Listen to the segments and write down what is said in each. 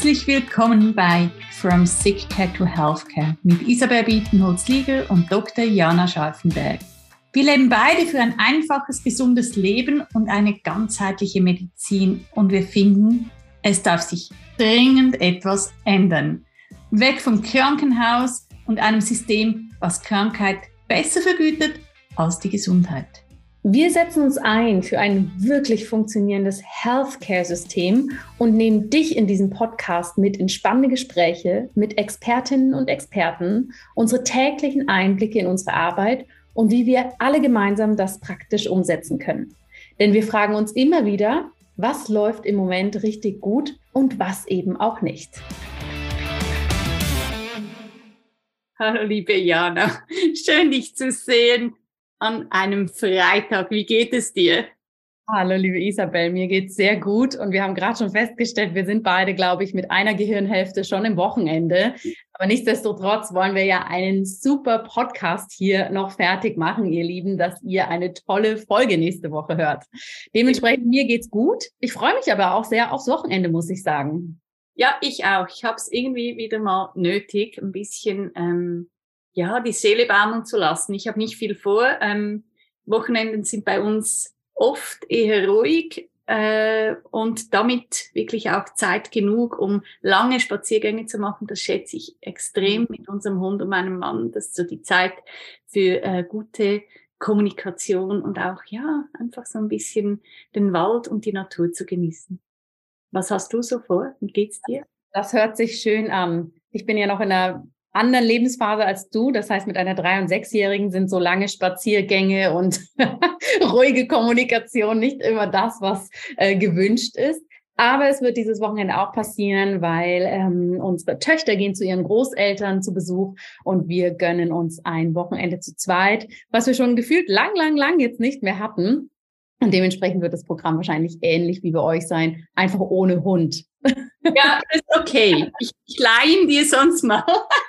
Herzlich willkommen bei From Sick Care to Healthcare mit Isabel Bietenholz-Lieger und Dr. Jana Scharfenberg. Wir leben beide für ein einfaches, gesundes Leben und eine ganzheitliche Medizin und wir finden, es darf sich dringend etwas ändern. Weg vom Krankenhaus und einem System, was Krankheit besser vergütet als die Gesundheit. Wir setzen uns ein für ein wirklich funktionierendes Healthcare-System und nehmen dich in diesem Podcast mit in spannende Gespräche mit Expertinnen und Experten, unsere täglichen Einblicke in unsere Arbeit und wie wir alle gemeinsam das praktisch umsetzen können. Denn wir fragen uns immer wieder, was läuft im Moment richtig gut und was eben auch nicht. Hallo liebe Jana, schön dich zu sehen an einem Freitag. Wie geht es dir? Hallo liebe Isabel, mir geht's sehr gut und wir haben gerade schon festgestellt, wir sind beide, glaube ich, mit einer Gehirnhälfte schon im Wochenende. Aber nichtsdestotrotz wollen wir ja einen super Podcast hier noch fertig machen, ihr Lieben, dass ihr eine tolle Folge nächste Woche hört. Dementsprechend, mir geht's gut. Ich freue mich aber auch sehr aufs Wochenende, muss ich sagen. Ja, ich auch. Ich habe es irgendwie wieder mal nötig, ein bisschen die Seele baumeln zu lassen. Ich habe nicht viel vor. Wochenenden sind bei uns oft eher ruhig und damit wirklich auch Zeit genug, um lange Spaziergänge zu machen. Das schätze ich extrem mit unserem Hund und meinem Mann. Das ist so die Zeit für gute Kommunikation und auch einfach so ein bisschen den Wald und die Natur zu genießen. Was hast du so vor? Wie geht's dir? Das hört sich schön an. Ich bin ja noch in einer anderen Lebensphase als du. Das heißt, mit einer 3- und 6-Jährigen sind so lange Spaziergänge und ruhige Kommunikation nicht immer das, was gewünscht ist. Aber es wird dieses Wochenende auch passieren, weil unsere Töchter gehen zu ihren Großeltern zu Besuch und wir gönnen uns ein Wochenende zu zweit, was wir schon gefühlt lang jetzt nicht mehr hatten. Und dementsprechend wird das Programm wahrscheinlich ähnlich wie bei euch sein, einfach ohne Hund. Ja, ist okay. Ich leihe ihn dir sonst mal.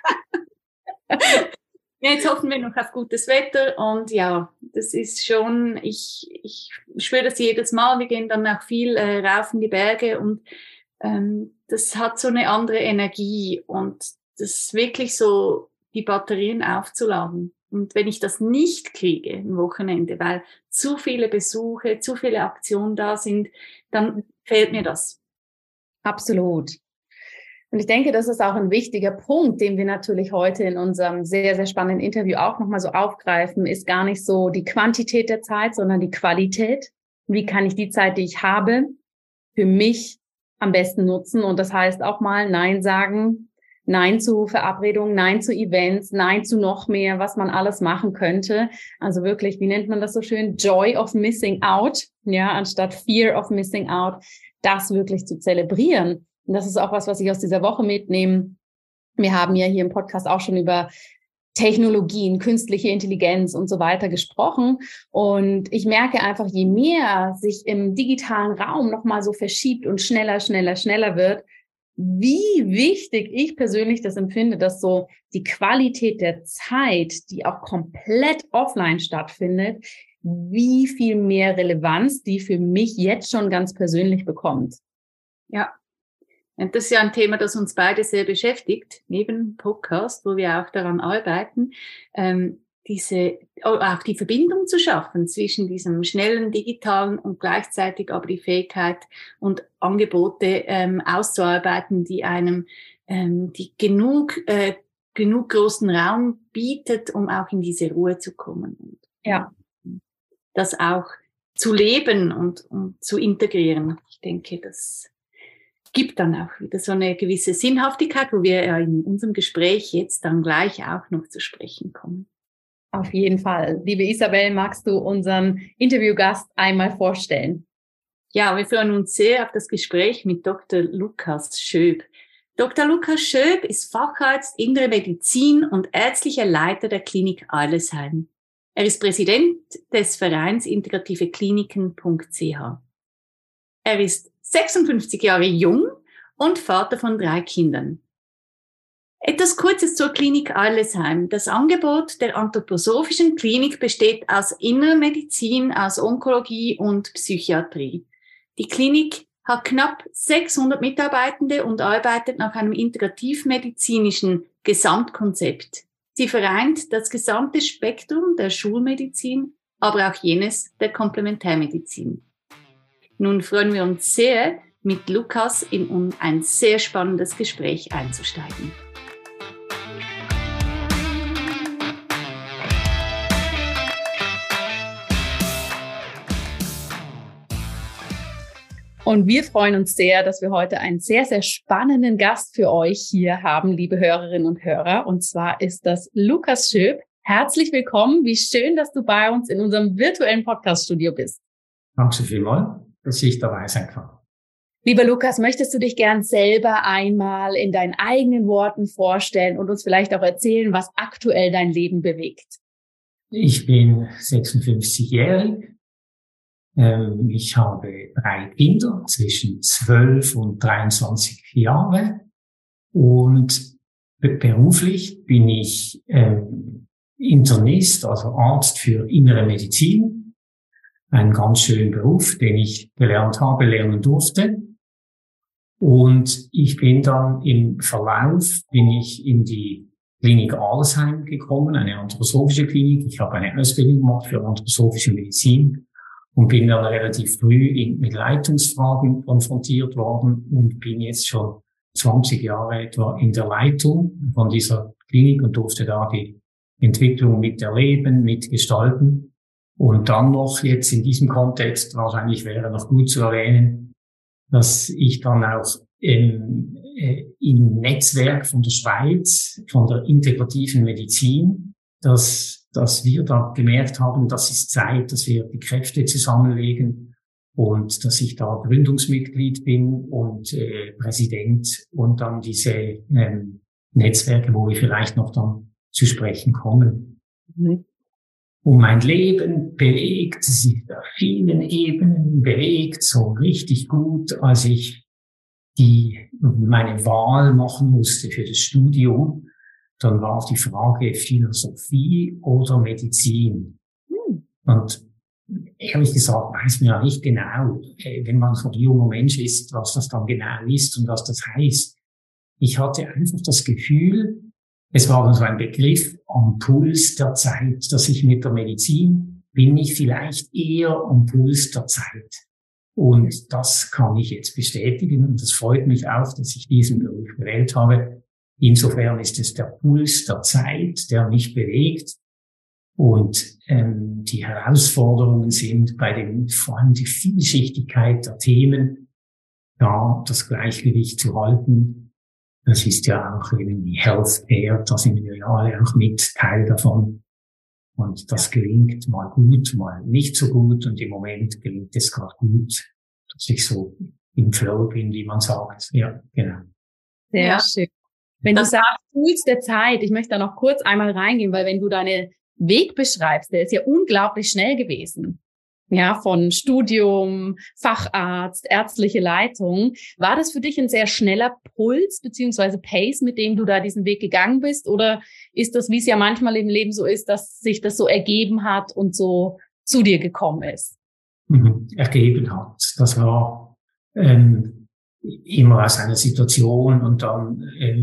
Jetzt hoffen wir noch auf gutes Wetter und ja, das ist schon, ich spüre das jedes Mal, wir gehen dann auch viel rauf in die Berge und das hat so eine andere Energie und das ist wirklich so, die Batterien aufzuladen. Und wenn ich das nicht kriege, am Wochenende, weil zu viele Besuche, zu viele Aktionen da sind, dann fehlt mir das. Absolut. Und ich denke, das ist auch ein wichtiger Punkt, den wir natürlich heute in unserem sehr, sehr spannenden Interview auch nochmal so aufgreifen, ist gar nicht so die Quantität der Zeit, sondern die Qualität. Wie kann ich die Zeit, die ich habe, für mich am besten nutzen? Und das heißt auch mal Nein sagen, Nein zu Verabredungen, Nein zu Events, Nein zu noch mehr, was man alles machen könnte. Also wirklich, wie nennt man das so schön? Joy of missing out, ja, anstatt Fear of missing out, das wirklich zu zelebrieren. Und das ist auch was ich aus dieser Woche mitnehme. Wir haben ja hier im Podcast auch schon über Technologien, künstliche Intelligenz und so weiter gesprochen. Und ich merke einfach, je mehr sich im digitalen Raum nochmal so verschiebt und schneller wird, wie wichtig ich persönlich das empfinde, dass so die Qualität der Zeit, die auch komplett offline stattfindet, wie viel mehr Relevanz die für mich jetzt schon ganz persönlich bekommt. Ja, und das ist ja ein Thema, das uns beide sehr beschäftigt, neben Podcast, wo wir auch daran arbeiten, auch die Verbindung zu schaffen zwischen diesem schnellen Digitalen und gleichzeitig aber die Fähigkeit und Angebote auszuarbeiten, die einem die genug großen Raum bietet, um auch in diese Ruhe zu kommen. Und ja, das auch zu leben und zu integrieren. Ich denke, das gibt dann auch wieder so eine gewisse Sinnhaftigkeit, wo wir ja in unserem Gespräch jetzt dann gleich auch noch zu sprechen kommen. Auf jeden Fall. Liebe Isabel, magst du unseren Interviewgast einmal vorstellen? Ja, wir freuen uns sehr auf das Gespräch mit Dr. Lukas Schöb. Dr. Lukas Schöb ist Facharzt Innere Medizin und ärztlicher Leiter der Klinik Arlesheim. Er ist Präsident des Vereins integrativekliniken.ch. Er ist 56 Jahre jung und Vater von 3 Kindern. Etwas Kurzes zur Klinik Arlesheim. Das Angebot der anthroposophischen Klinik besteht aus Innerer Medizin, aus Onkologie und Psychiatrie. Die Klinik hat knapp 600 Mitarbeitende und arbeitet nach einem integrativmedizinischen Gesamtkonzept. Sie vereint das gesamte Spektrum der Schulmedizin, aber auch jenes der Komplementärmedizin. Nun freuen wir uns sehr, mit Lukas in ein sehr spannendes Gespräch einzusteigen. Und wir freuen uns sehr, dass wir heute einen sehr, sehr spannenden Gast für euch hier haben, liebe Hörerinnen und Hörer. Und zwar ist das Lukas Schöp. Herzlich willkommen. Wie schön, dass du bei uns in unserem virtuellen Podcast-Studio bist. Danke vielmals, dass ich dabei sein kann. Lieber Lukas, möchtest du dich gern selber einmal in deinen eigenen Worten vorstellen und uns vielleicht auch erzählen, was aktuell dein Leben bewegt? Ich bin 56-jährig. Ich habe 3 Kinder zwischen 12 und 23 Jahre und beruflich bin ich Internist, also Arzt für innere Medizin. Ein ganz schöner Beruf, den ich gelernt habe, lernen durfte. Und ich bin dann im Verlauf, bin ich in die Klinik Alesheim gekommen, eine anthroposophische Klinik. Ich habe eine Ausbildung gemacht für anthroposophische Medizin. Und bin dann relativ früh mit Leitungsfragen konfrontiert worden und bin jetzt schon 20 Jahre etwa in der Leitung von dieser Klinik und durfte da die Entwicklung miterleben, mitgestalten. Und dann noch jetzt in diesem Kontext, wahrscheinlich wäre noch gut zu erwähnen, dass ich dann auch im Netzwerk von der Schweiz, von der integrativen Medizin, dass wir da gemerkt haben, das ist Zeit, dass wir die Kräfte zusammenlegen und dass ich da Gründungsmitglied bin und Präsident und dann diese Netzwerke, wo wir vielleicht noch dann zu sprechen kommen. Mhm. Und mein Leben bewegt, es ist auf vielen Ebenen bewegt, so richtig gut, als ich meine Wahl machen musste für das Studium. Dann war die Frage Philosophie oder Medizin. Und ehrlich gesagt weiß man ja nicht genau, wenn man so ein junger Mensch ist, was das dann genau ist und was das heißt. Ich hatte einfach das Gefühl, es war dann so ein Begriff am Puls der Zeit, dass ich mit der Medizin bin ich vielleicht eher am Puls der Zeit. Und das kann ich jetzt bestätigen und das freut mich auch, dass ich diesen Beruf gewählt habe. Insofern ist es der Puls der Zeit, der mich bewegt. Und die Herausforderungen sind vor allem die Vielschichtigkeit der Themen, da das Gleichgewicht zu halten. Das ist ja auch irgendwie Healthcare, da sind wir ja alle auch mit Teil davon. Und das gelingt mal gut, mal nicht so gut. Und im Moment gelingt es gerade gut, dass ich so im Flow bin, wie man sagt. Ja, genau. Sehr schön. Wenn du sagst, Puls der Zeit, ich möchte da noch kurz einmal reingehen, weil wenn du deinen Weg beschreibst, der ist ja unglaublich schnell gewesen. Ja, von Studium, Facharzt, ärztliche Leitung. War das für dich ein sehr schneller Puls beziehungsweise Pace, mit dem du da diesen Weg gegangen bist? Oder ist das, wie es ja manchmal im Leben so ist, dass sich das so ergeben hat und so zu dir gekommen ist? Ergeben hat. Das war immer aus einer Situation und dann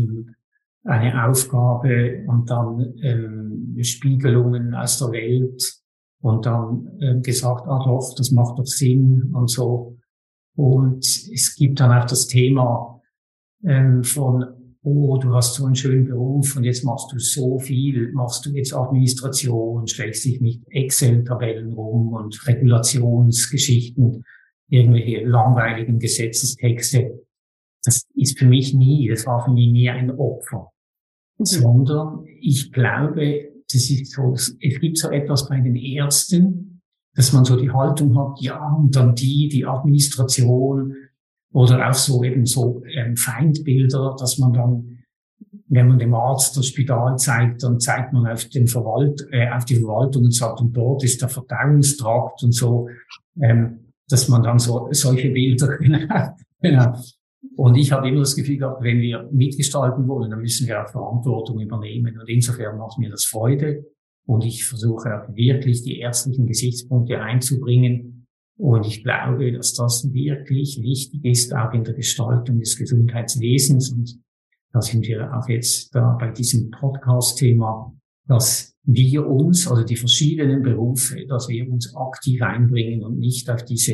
eine Aufgabe und dann Spiegelungen aus der Welt und dann gesagt, doch, das macht doch Sinn und so. Und es gibt dann auch das Thema von, du hast so einen schönen Beruf und jetzt machst du so viel, machst du jetzt Administration, stellst dich mit Excel-Tabellen rum und Regulationsgeschichten, irgendwelche langweiligen Gesetzestexte. Das war für mich nie ein Opfer, sondern ich glaube, das ist so, es gibt so etwas bei den Ärzten, dass man so die Haltung hat, ja, und dann die Administration oder auch so eben so Feindbilder, dass man dann, wenn man dem Arzt das Spital zeigt, dann zeigt man auf die Verwaltung und sagt, und dort ist der Verdauungstrakt und so, dass man dann so solche Bilder, genau. Und ich habe immer das Gefühl gehabt, wenn wir mitgestalten wollen, dann müssen wir auch Verantwortung übernehmen. Und insofern macht mir das Freude. Und ich versuche auch wirklich die ärztlichen Gesichtspunkte einzubringen. Und ich glaube, dass das wirklich wichtig ist, auch in der Gestaltung des Gesundheitswesens. Und da sind wir auch jetzt da bei diesem Podcast-Thema, dass wir uns, also die verschiedenen Berufe, dass wir uns aktiv einbringen und nicht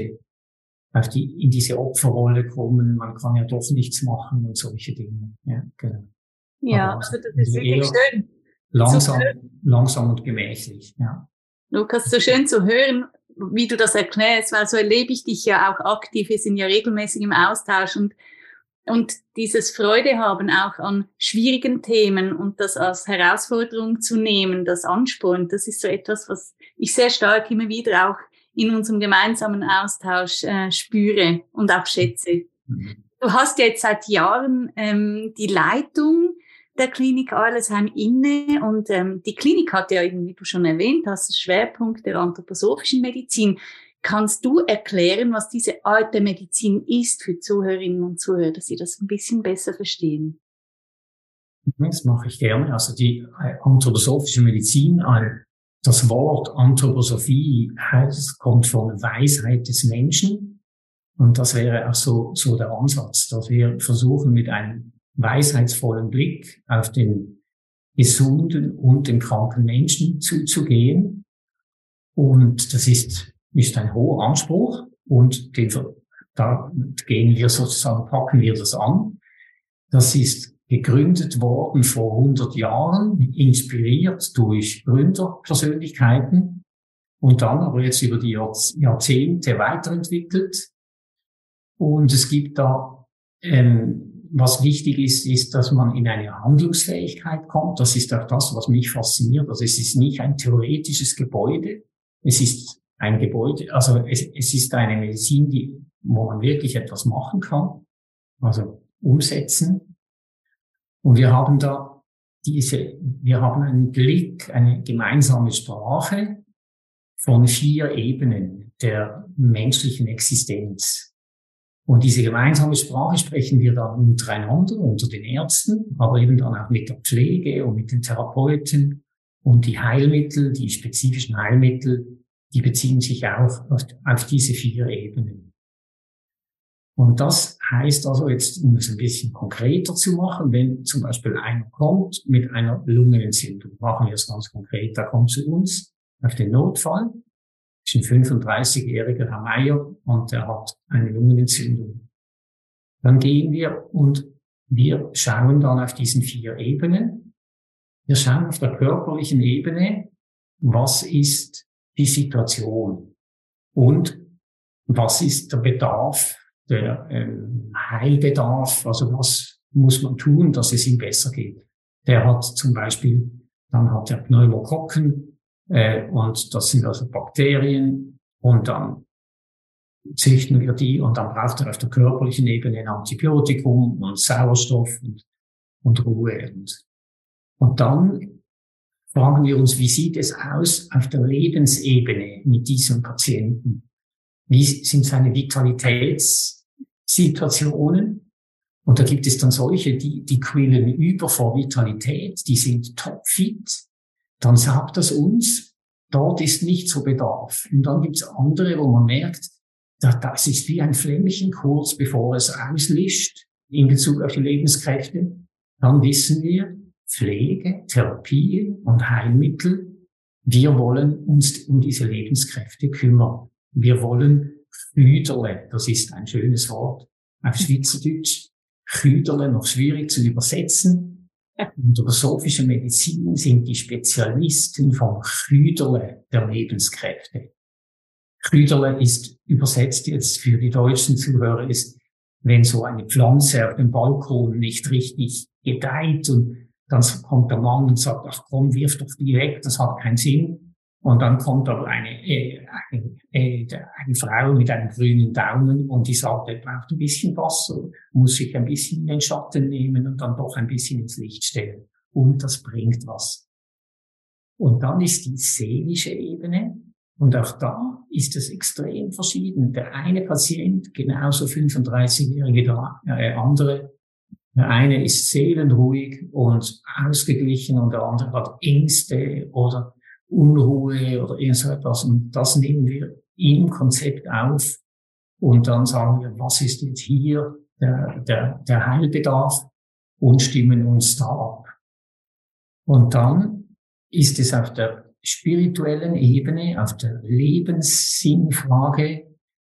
in diese Opferrolle kommen. Man kann ja doch nichts machen und solche Dinge. Ja, genau. Ja, also das ist wirklich schön. Langsam und gemächlich, ja. Lukas, so schön zu hören, wie du das erklärst, weil so erlebe ich dich ja auch aktiv. Wir sind ja regelmäßig im Austausch und dieses Freude haben auch an schwierigen Themen und das als Herausforderung zu nehmen, das anspornt, das ist so etwas, was ich sehr stark immer wieder auch in unserem gemeinsamen Austausch spüre und auch schätze. Du hast ja jetzt seit Jahren die Leitung der Klinik Arlesheim inne und die Klinik hat ja, wie du schon erwähnt hast, Schwerpunkt der anthroposophischen Medizin. Kannst du erklären, was diese Art der Medizin ist für Zuhörerinnen und Zuhörer, dass sie das ein bisschen besser verstehen? Das mache ich gerne. Also die anthroposophische Medizin, das Wort Anthroposophie kommt von Weisheit des Menschen. Und das wäre auch so der Ansatz, dass wir versuchen, mit einem weisheitsvollen Blick auf den gesunden und den kranken Menschen zuzugehen. Und das ist ein hoher Anspruch und da packen wir das an. Das ist gegründet worden vor 100 Jahren, inspiriert durch Gründerpersönlichkeiten und dann aber jetzt über die Jahrzehnte weiterentwickelt. Und es gibt da, was wichtig ist, dass man in eine Handlungsfähigkeit kommt. Das ist auch das, was mich fasziniert. Also es ist nicht ein theoretisches Gebäude. Es ist ein Gebäude, also es ist eine Medizin, wo man wirklich etwas machen kann, also umsetzen. Und wir haben da wir haben einen Blick, eine gemeinsame Sprache von 4 Ebenen der menschlichen Existenz. Und diese gemeinsame Sprache sprechen wir dann untereinander, unter den Ärzten, aber eben dann auch mit der Pflege und mit den Therapeuten. Und die Heilmittel, die spezifischen Heilmittel, die beziehen sich auch auf diese 4 Ebenen. Und das heißt also jetzt, um es ein bisschen konkreter zu machen, wenn zum Beispiel einer kommt mit einer Lungenentzündung, machen wir es ganz konkret, der kommt zu uns auf den Notfall, ist ein 35-jähriger Herr Meier und er hat eine Lungenentzündung. Dann gehen wir und wir schauen dann auf diesen 4 Ebenen. Wir schauen auf der körperlichen Ebene, was ist die Situation und was ist der Bedarf, der Heilbedarf, also was muss man tun, dass es ihm besser geht. Der hat zum Beispiel, dann hat er Pneumokokken, und das sind also Bakterien und dann züchten wir die und dann braucht er auf der körperlichen Ebene ein Antibiotikum und Sauerstoff und Ruhe. Und dann fragen wir uns, wie sieht es aus auf der Lebensebene mit diesem Patienten? Wie sind seine Vitalitätssituationen? Und da gibt es dann solche, die quillen über vor Vitalität, die sind topfit. Dann sagt das uns, dort ist nicht so Bedarf. Und dann gibt's andere, wo man merkt, das ist wie ein Flämmchen kurz bevor es auslischt in Bezug auf die Lebenskräfte. Dann wissen wir, Pflege, Therapie und Heilmittel, wir wollen uns um diese Lebenskräfte kümmern. Wir wollen Hüderle, das ist ein schönes Wort auf Schweizerdeutsch, Hüderle noch schwierig zu übersetzen. Anthroposophische Medizin sind die Spezialisten vom Hüderle der Lebenskräfte. Hüderle ist übersetzt jetzt für die deutschen Zuhörer, ist, wenn so eine Pflanze auf dem Balkon nicht richtig gedeiht und dann kommt der Mann und sagt, ach komm, wirf doch die weg, das hat keinen Sinn. Und dann kommt aber eine Frau mit einem grünen Daumen und die sagt, er braucht ein bisschen Wasser, muss sich ein bisschen in den Schatten nehmen und dann doch ein bisschen ins Licht stellen. Und das bringt was. Und dann ist die seelische Ebene. Und auch da ist es extrem verschieden. Der eine Patient, genauso 35-jährige wie der andere. Der eine ist seelenruhig und ausgeglichen und der andere hat Ängste oder Unruhe oder irgend so etwas. Und das nehmen wir im Konzept auf und dann sagen wir, was ist jetzt hier der Heilbedarf und stimmen uns da ab. Und dann ist es auf der spirituellen Ebene, auf der Lebenssinnfrage,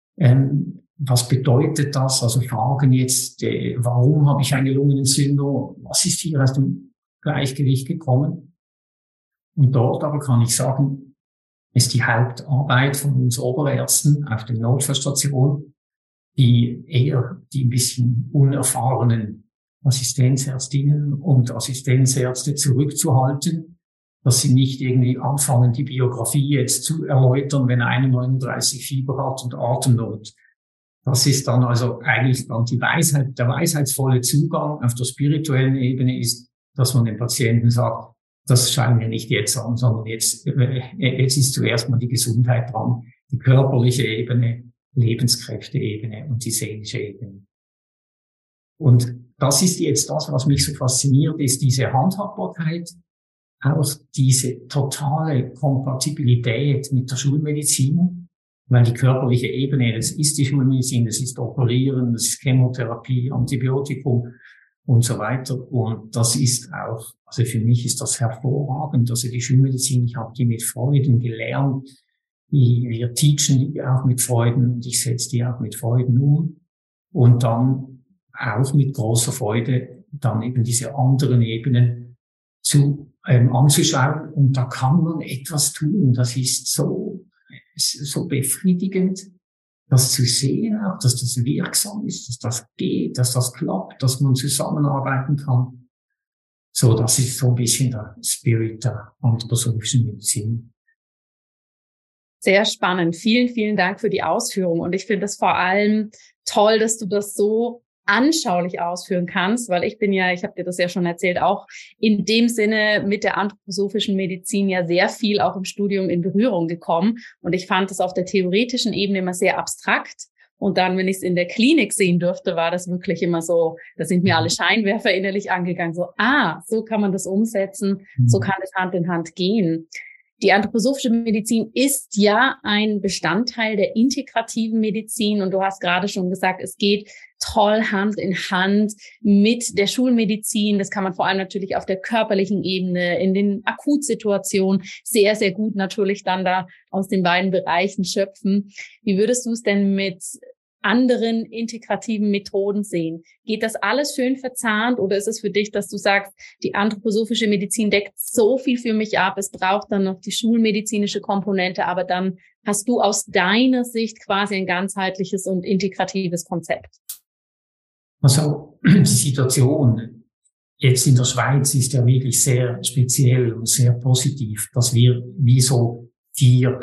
was bedeutet das? Also Fragen jetzt, warum habe ich eine Lungenentzündung? Was ist hier aus dem Gleichgewicht gekommen? Und dort aber kann ich sagen, ist die Hauptarbeit von uns Oberärzten auf der Notfallstation, die ein bisschen unerfahrenen Assistenzärztinnen und Assistenzärzte zurückzuhalten, dass sie nicht irgendwie anfangen, die Biografie jetzt zu erläutern, wenn einer 39 Fieber hat und Atemnot. Das ist dann also eigentlich dann die Weisheit, der weisheitsvolle Zugang auf der spirituellen Ebene ist, dass man dem Patienten sagt, das schauen wir nicht jetzt an, sondern jetzt ist zuerst mal die Gesundheit dran, die körperliche Ebene, Lebenskräfte-Ebene und die seelische Ebene. Und das ist jetzt das, was mich so fasziniert, ist diese Handhabbarkeit, auch diese totale Kompatibilität mit der Schulmedizin, weil die körperliche Ebene, das ist die Schulmedizin, das ist Operieren, das ist Chemotherapie, Antibiotikum und so weiter. Und das ist auch, also für mich ist das hervorragend. Also die Schulmedizin, ich habe die mit Freuden gelernt. Wir teachen die auch mit Freuden und ich setze die auch mit Freuden um. Und dann auch mit großer Freude dann eben diese anderen Ebenen anzuschauen. Und da kann man etwas tun. Das ist so befriedigend, das zu sehen, auch, dass das wirksam ist, dass das geht, dass das klappt, dass man zusammenarbeiten kann. So, das ist so ein bisschen der Spirit der anthroposophischen Medizin. Sehr spannend. Vielen, vielen Dank für die Ausführung. Und ich finde es vor allem toll, dass du das so anschaulich ausführen kannst, weil ich habe dir das ja schon erzählt, auch in dem Sinne mit der anthroposophischen Medizin ja sehr viel auch im Studium in Berührung gekommen. Und ich fand das auf der theoretischen Ebene immer sehr abstrakt. Und dann, wenn ich es in der Klinik sehen durfte, war das wirklich immer so, da sind mir alle Scheinwerfer innerlich angegangen, so, so kann man das umsetzen, so kann es Hand in Hand gehen. Die anthroposophische Medizin ist ja ein Bestandteil der integrativen Medizin und du hast gerade schon gesagt, es geht toll Hand in Hand mit der Schulmedizin. Das kann man vor allem natürlich auf der körperlichen Ebene, in den Akutsituationen sehr, sehr gut natürlich dann da aus den beiden Bereichen schöpfen. Wie würdest du es denn mit anderen integrativen Methoden sehen? Geht das alles schön verzahnt oder ist es für dich, dass du sagst, die anthroposophische Medizin deckt so viel für mich ab, es braucht dann noch die schulmedizinische Komponente, aber dann hast du aus deiner Sicht quasi ein ganzheitliches und integratives Konzept? Also die Situation jetzt in der Schweiz ist ja wirklich sehr speziell und sehr positiv, dass wir wie so 4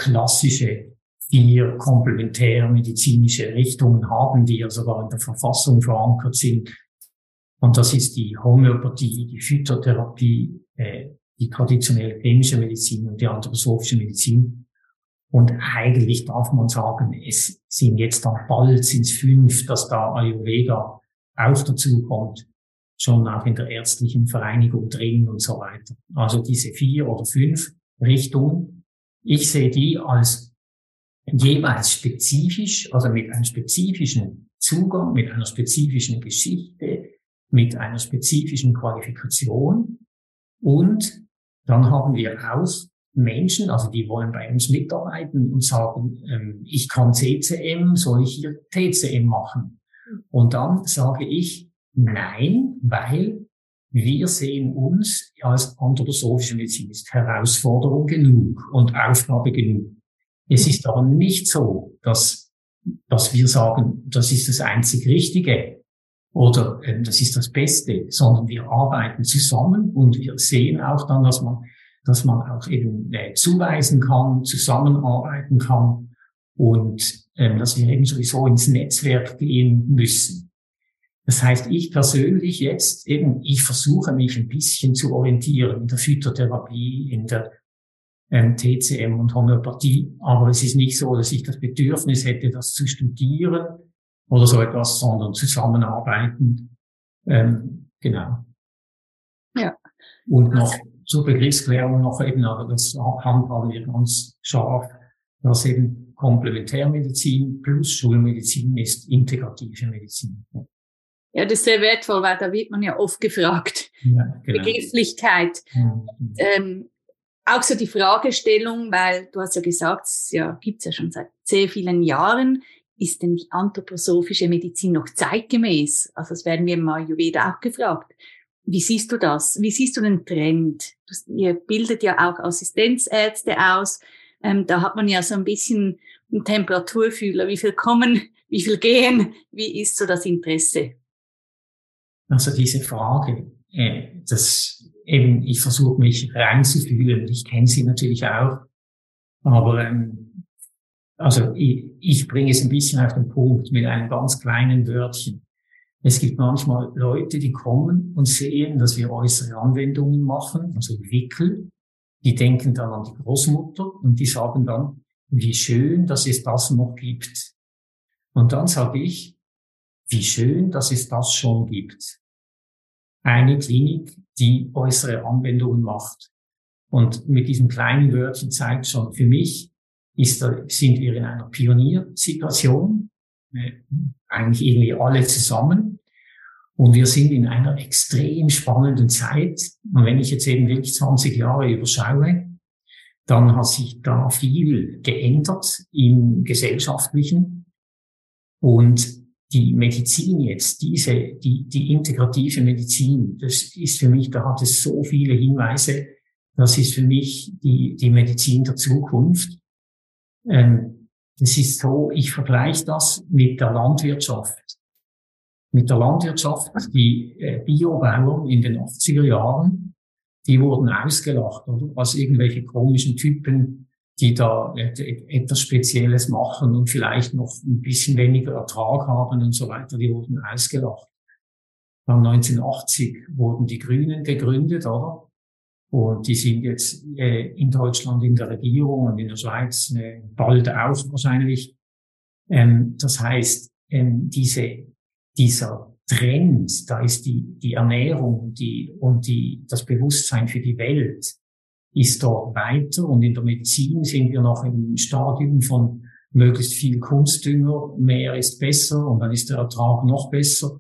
komplementärmedizinische Richtungen haben, die ja sogar in der Verfassung verankert sind. Und das ist die Homöopathie, die Phytotherapie, die traditionelle chemische Medizin und die anthroposophische Medizin. Und eigentlich darf man sagen, es sind jetzt dann bald 5, dass da Ayurveda auch dazu kommt, schon auch in der ärztlichen Vereinigung drin und so weiter. Also diese 4 oder 5 Richtungen. Ich sehe die als jeweils spezifisch, also mit einem spezifischen Zugang, mit einer spezifischen Geschichte, mit einer spezifischen Qualifikation. Und dann haben wir auch Menschen, also die wollen bei uns mitarbeiten und sagen, ich kann CCM, soll ich hier TCM machen? Und dann sage ich nein, weil wir sehen uns als anthroposophische Medizin ist Herausforderung genug und Aufgabe genug. Es ist aber nicht so, dass wir sagen, das ist das einzig Richtige oder das ist das Beste, sondern wir arbeiten zusammen und wir sehen auch dann, dass man auch eben zuweisen kann, zusammenarbeiten kann und dass wir eben sowieso ins Netzwerk gehen müssen. Das heißt, ich persönlich jetzt eben, ich versuche mich ein bisschen zu orientieren in der Phytotherapie, in der TCM und Homöopathie, aber es ist nicht so, dass ich das Bedürfnis hätte, das zu studieren oder so etwas, sondern zusammenarbeiten. Genau. Ja. Und noch zur Begriffsklärung noch eben, aber das handhaben wir ganz scharf, dass eben Komplementärmedizin plus Schulmedizin ist integrative Medizin. Ja, das ist sehr wertvoll, weil da wird man ja oft gefragt. Ja, genau. Begrifflichkeit. Auch so die Fragestellung, weil du hast ja gesagt, gibt's ja schon seit sehr vielen Jahren. Ist denn die anthroposophische Medizin noch zeitgemäß? Also das werden wir im Ayurveda auch gefragt. Wie siehst du das? Wie siehst du den Trend? Ihr bildet ja auch Assistenzärzte aus. Da hat man ja so ein bisschen einen Temperaturfühler. Wie viel kommen, wie viel gehen? Wie ist so das Interesse? Also diese Frage, ich versuche mich reinzufühlen. Ich kenne sie natürlich auch. Aber ich bringe es ein bisschen auf den Punkt mit einem ganz kleinen Wörtchen. Es gibt manchmal Leute, die kommen und sehen, dass wir äußere Anwendungen machen, also Wickel. Die denken dann an die Großmutter und die sagen dann, wie schön, dass es das noch gibt. Und dann sage ich, wie schön, dass es das schon gibt. Eine Klinik, die äußere Anwendungen macht. Und mit diesem kleinen Wörtchen zeigt schon, für mich sind wir in einer Pioniersituation, eigentlich irgendwie alle zusammen. Und wir sind in einer extrem spannenden Zeit. Und wenn ich jetzt eben wirklich 20 Jahre überschaue, dann hat sich da viel geändert im Gesellschaftlichen. Und die Medizin jetzt, die integrative Medizin, das ist für mich, da hat es so viele Hinweise, das ist für mich die Medizin der Zukunft. Das ist so, ich vergleiche das mit der Landwirtschaft. Mit der Landwirtschaft, die Biobauern in den 80er Jahren, die wurden ausgelacht, oder? Als irgendwelche komischen Typen, die da etwas Spezielles machen und vielleicht noch ein bisschen weniger Ertrag haben und so weiter, die wurden ausgelacht. Dann 1980 wurden die Grünen gegründet, oder? Und die sind jetzt in Deutschland in der Regierung und in der Schweiz bald auch wahrscheinlich. Das heißt, dieser Trend, da ist die Ernährung das Bewusstsein für die Welt ist dort weiter. Und in der Medizin sind wir noch im Stadium von möglichst viel Kunstdünger, mehr ist besser und dann ist der Ertrag noch besser.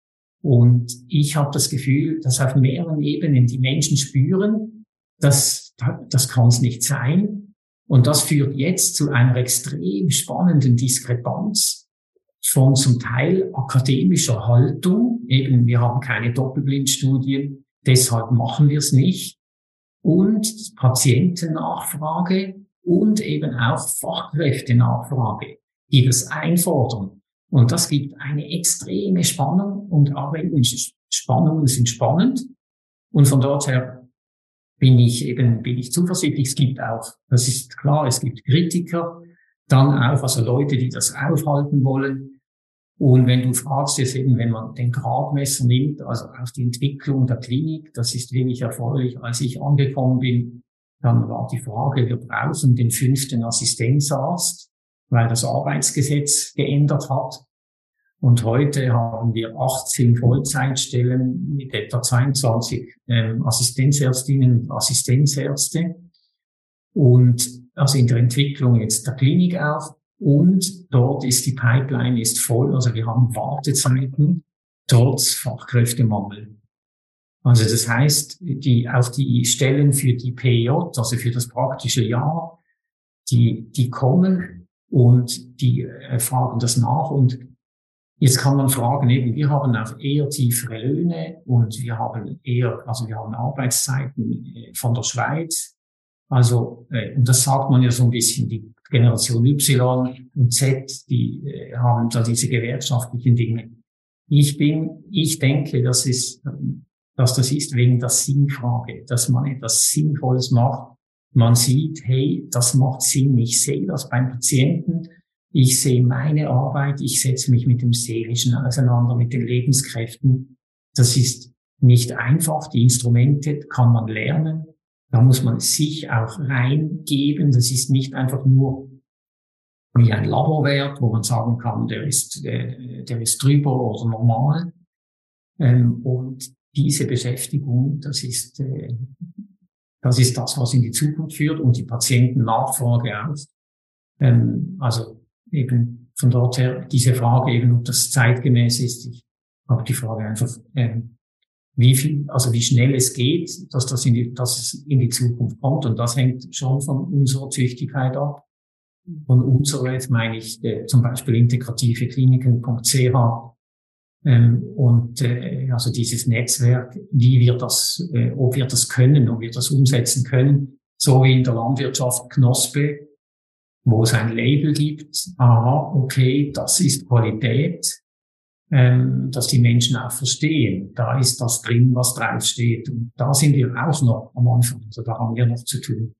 Und ich habe das Gefühl, dass auf mehreren Ebenen die Menschen spüren, das kann es nicht sein. Und das führt jetzt zu einer extrem spannenden Diskrepanz von zum Teil akademischer Haltung. Eben, wir haben keine Doppelblindstudien, deshalb machen wir es nicht. Und Patientennachfrage und eben auch Fachkräftenachfrage, die das einfordern. Und das gibt eine extreme Spannung und Spannungen sind spannend. Und von dort her bin ich zuversichtlich. Es gibt auch, das ist klar, es gibt Kritiker, dann auch, also Leute, die das aufhalten wollen. Und wenn du fragst jetzt eben, wenn man den Gradmesser nimmt, also auf die Entwicklung der Klinik, das ist wenig erfreulich. Als ich angekommen bin, dann war die Frage, wir brauchen den 5. Assistenzarzt, weil das Arbeitsgesetz geändert hat. Und heute haben wir 18 Vollzeitstellen mit etwa 22 Assistenzärztinnen und Assistenzärzte. Und also in der Entwicklung jetzt der Klinik auch. Und dort ist die Pipeline ist voll. Also wir haben Wartezeiten trotz Fachkräftemangel. Also das heißt, auch die Stellen für die PJ, also für das praktische Jahr, die kommen und die fragen das nach. Und jetzt kann man fragen, eben, wir haben auch eher tiefere Löhne und wir haben Arbeitszeiten von der Schweiz. Also, und das sagt man ja so ein bisschen, die Generation Y und Z, die haben da diese gewerkschaftlichen Dinge. Ich denke, das ist wegen der Sinnfrage, dass man etwas Sinnvolles macht. Man sieht, hey, das macht Sinn. Ich sehe das beim Patienten. Ich sehe meine Arbeit. Ich setze mich mit dem Seelischen auseinander, mit den Lebenskräften. Das ist nicht einfach. Die Instrumente kann man lernen. Da muss man sich auch reingeben. Das ist nicht einfach nur wie ein Laborwert, wo man sagen kann, der ist drüber oder normal. Und diese Beschäftigung, das ist das, was in die Zukunft führt und die Patientennachfrage auch. Also eben von dort her diese Frage eben, ob das zeitgemäß ist. Ich habe die Frage einfach, wie schnell es geht, dass es in die Zukunft kommt. Und das hängt schon von unserer Tüchtigkeit ab. Von unserer, jetzt meine ich zum Beispiel integrativekliniken.ch, also dieses Netzwerk, wie wir das, ob wir das können, ob wir das umsetzen können, so wie in der Landwirtschaft Knospe, wo es ein Label gibt, okay, das ist Qualität, dass die Menschen auch verstehen, da ist das drin, was draufsteht. Und da sind wir auch noch am Anfang, also da haben wir noch zu tun.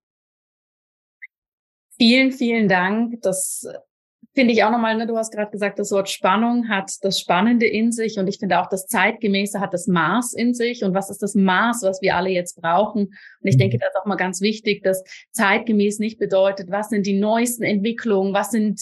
Vielen, vielen Dank. Das finde ich auch nochmal, ne? Du hast gerade gesagt, das Wort Spannung hat das Spannende in sich und ich finde auch, das Zeitgemäße hat das Maß in sich. Und was ist das Maß, was wir alle jetzt brauchen? Und ich denke, das ist auch mal ganz wichtig, dass zeitgemäß nicht bedeutet, was sind die neuesten Entwicklungen, was sind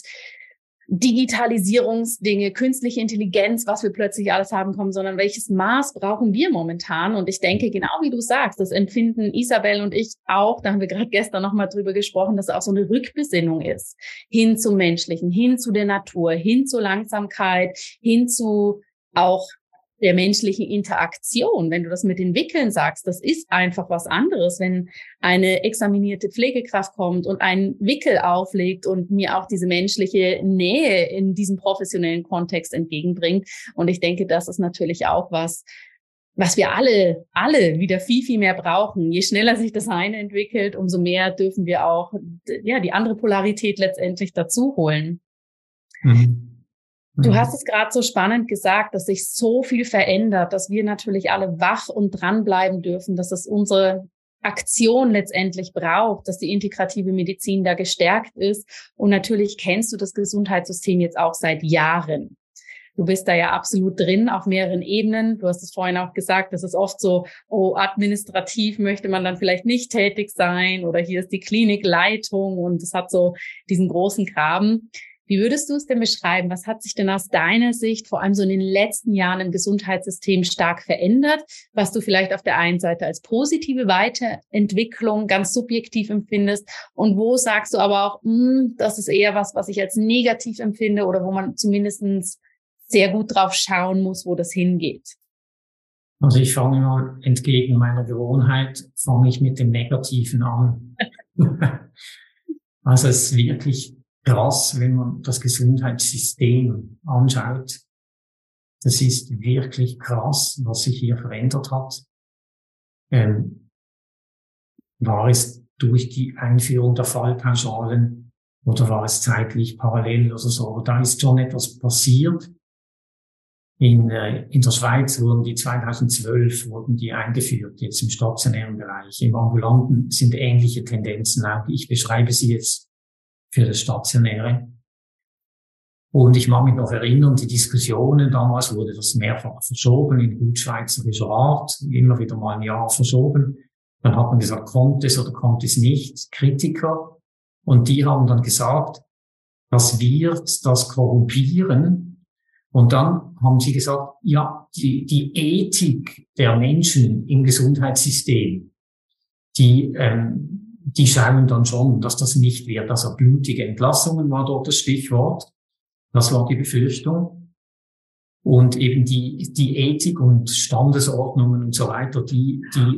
Digitalisierungsdinge, künstliche Intelligenz, was wir plötzlich alles haben kommen, sondern welches Maß brauchen wir momentan? Und ich denke, genau wie du sagst, das empfinden Isabel und ich auch, da haben wir gerade gestern nochmal drüber gesprochen, dass es auch so eine Rückbesinnung ist, hin zum Menschlichen, hin zu der Natur, hin zur Langsamkeit, hin zu auch der menschlichen Interaktion. Wenn du das mit den Wickeln sagst, das ist einfach was anderes, wenn eine examinierte Pflegekraft kommt und einen Wickel auflegt und mir auch diese menschliche Nähe in diesem professionellen Kontext entgegenbringt. Und ich denke, das ist natürlich auch was wir alle wieder viel, viel mehr brauchen. Je schneller sich das eine entwickelt, umso mehr dürfen wir auch, die andere Polarität letztendlich dazu holen. Mhm. Du hast es gerade so spannend gesagt, dass sich so viel verändert, dass wir natürlich alle wach und dranbleiben dürfen, dass es unsere Aktion letztendlich braucht, dass die integrative Medizin da gestärkt ist. Und natürlich kennst du das Gesundheitssystem jetzt auch seit Jahren. Du bist da ja absolut drin auf mehreren Ebenen. Du hast es vorhin auch gesagt, das ist oft so, administrativ möchte man dann vielleicht nicht tätig sein oder hier ist die Klinikleitung und es hat so diesen großen Graben. Wie würdest du es denn beschreiben? Was hat sich denn aus deiner Sicht vor allem so in den letzten Jahren im Gesundheitssystem stark verändert, was du vielleicht auf der einen Seite als positive Weiterentwicklung ganz subjektiv empfindest und wo sagst du aber auch, das ist eher was ich als negativ empfinde oder wo man zumindest sehr gut drauf schauen muss, wo das hingeht? Also ich fange mal entgegen meiner Gewohnheit, fange ich mit dem Negativen an. Also es ist wirklich krass, wenn man das Gesundheitssystem anschaut. Das ist wirklich krass, was sich hier verändert hat. War es durch die Einführung der Fallpauschalen oder war es zeitlich parallel oder so? Aber da ist schon etwas passiert. In der Schweiz wurden die 2012 eingeführt, jetzt im stationären Bereich. Im ambulanten sind ähnliche Tendenzen auch. Ich beschreibe sie jetzt für das Stationäre. Und ich mag mich noch erinnern, die Diskussionen damals wurde das mehrfach verschoben, in gut schweizerischer Art, immer wieder mal ein Jahr verschoben. Dann hat man gesagt, kommt es oder kommt es nicht, Kritiker. Und die haben dann gesagt, das wird das korrumpieren. Und dann haben sie gesagt, ja, die Ethik der Menschen im Gesundheitssystem, die schauen dann schon, dass das nicht wird. Also blutige Entlassungen war dort das Stichwort. Das war die Befürchtung. Und eben die Ethik und Standesordnungen und so weiter, die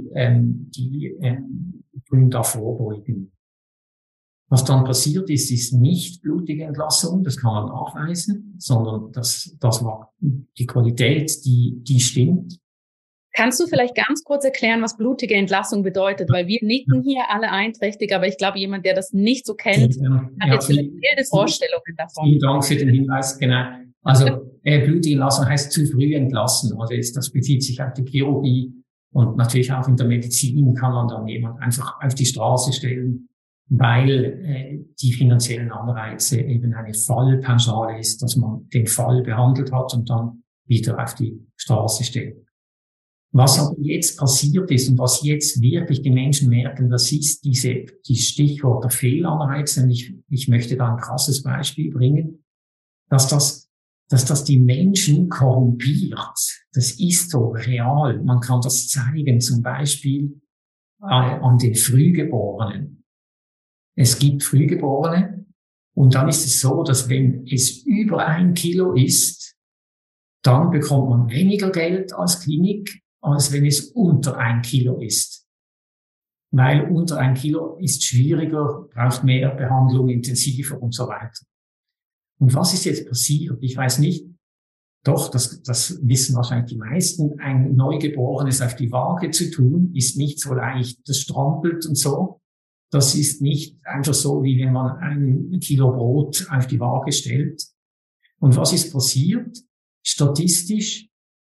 tun da vorbeugen. Was dann passiert ist, ist nicht blutige Entlassung, das kann man nachweisen, sondern das war die Qualität, die stimmt. Kannst du vielleicht ganz kurz erklären, was blutige Entlassung bedeutet? Weil wir nicken hier alle einträchtig, aber ich glaube, jemand, der das nicht so kennt, hat jetzt vielleicht wilde Vorstellungen davon. Vielen Dank für den Hinweis, genau. Also blutige Entlassung heißt zu früh entlassen. Also das bezieht sich auf die Chirurgie und natürlich auch in der Medizin kann man dann jemand einfach auf die Straße stellen, weil die finanziellen Anreize eben eine Fallpauschale ist, dass man den Fall behandelt hat und dann wieder auf die Straße stellt. Was aber jetzt passiert ist und was jetzt wirklich die Menschen merken, das ist die Stichwort der Fehlanreize. Und ich möchte da ein krasses Beispiel bringen, dass das die Menschen korrumpiert. Das ist so real. Man kann das zeigen, zum Beispiel an den Frühgeborenen. Es gibt Frühgeborene, Und dann ist es so, dass wenn es über 1 Kilo ist, dann bekommt man weniger Geld als Klinik, als wenn es unter 1 Kilo ist. Weil unter 1 Kilo ist schwieriger, braucht mehr Behandlung, intensiver und so weiter. Und was ist jetzt passiert? Ich weiß nicht. Doch, das wissen wahrscheinlich die meisten. Ein Neugeborenes auf die Waage zu tun, ist nicht so leicht. Das strampelt und so. Das ist nicht einfach so, wie wenn man 1 Kilo Brot auf die Waage stellt. Und was ist passiert? Statistisch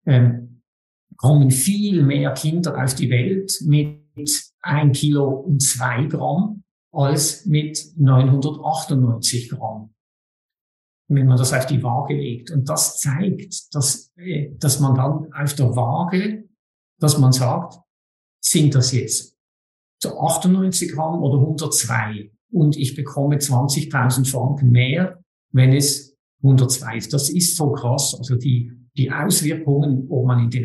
kommen viel mehr Kinder auf die Welt mit 1 Kilo und 2 Gramm als mit 998 Gramm, wenn man das auf die Waage legt. Und das zeigt, dass man dann auf der Waage, dass man sagt, sind das jetzt 98 Gramm oder 102? Und ich bekomme 20.000 Franken mehr, wenn es 102 ist. Das ist so krass. Also die Auswirkungen, ob man in die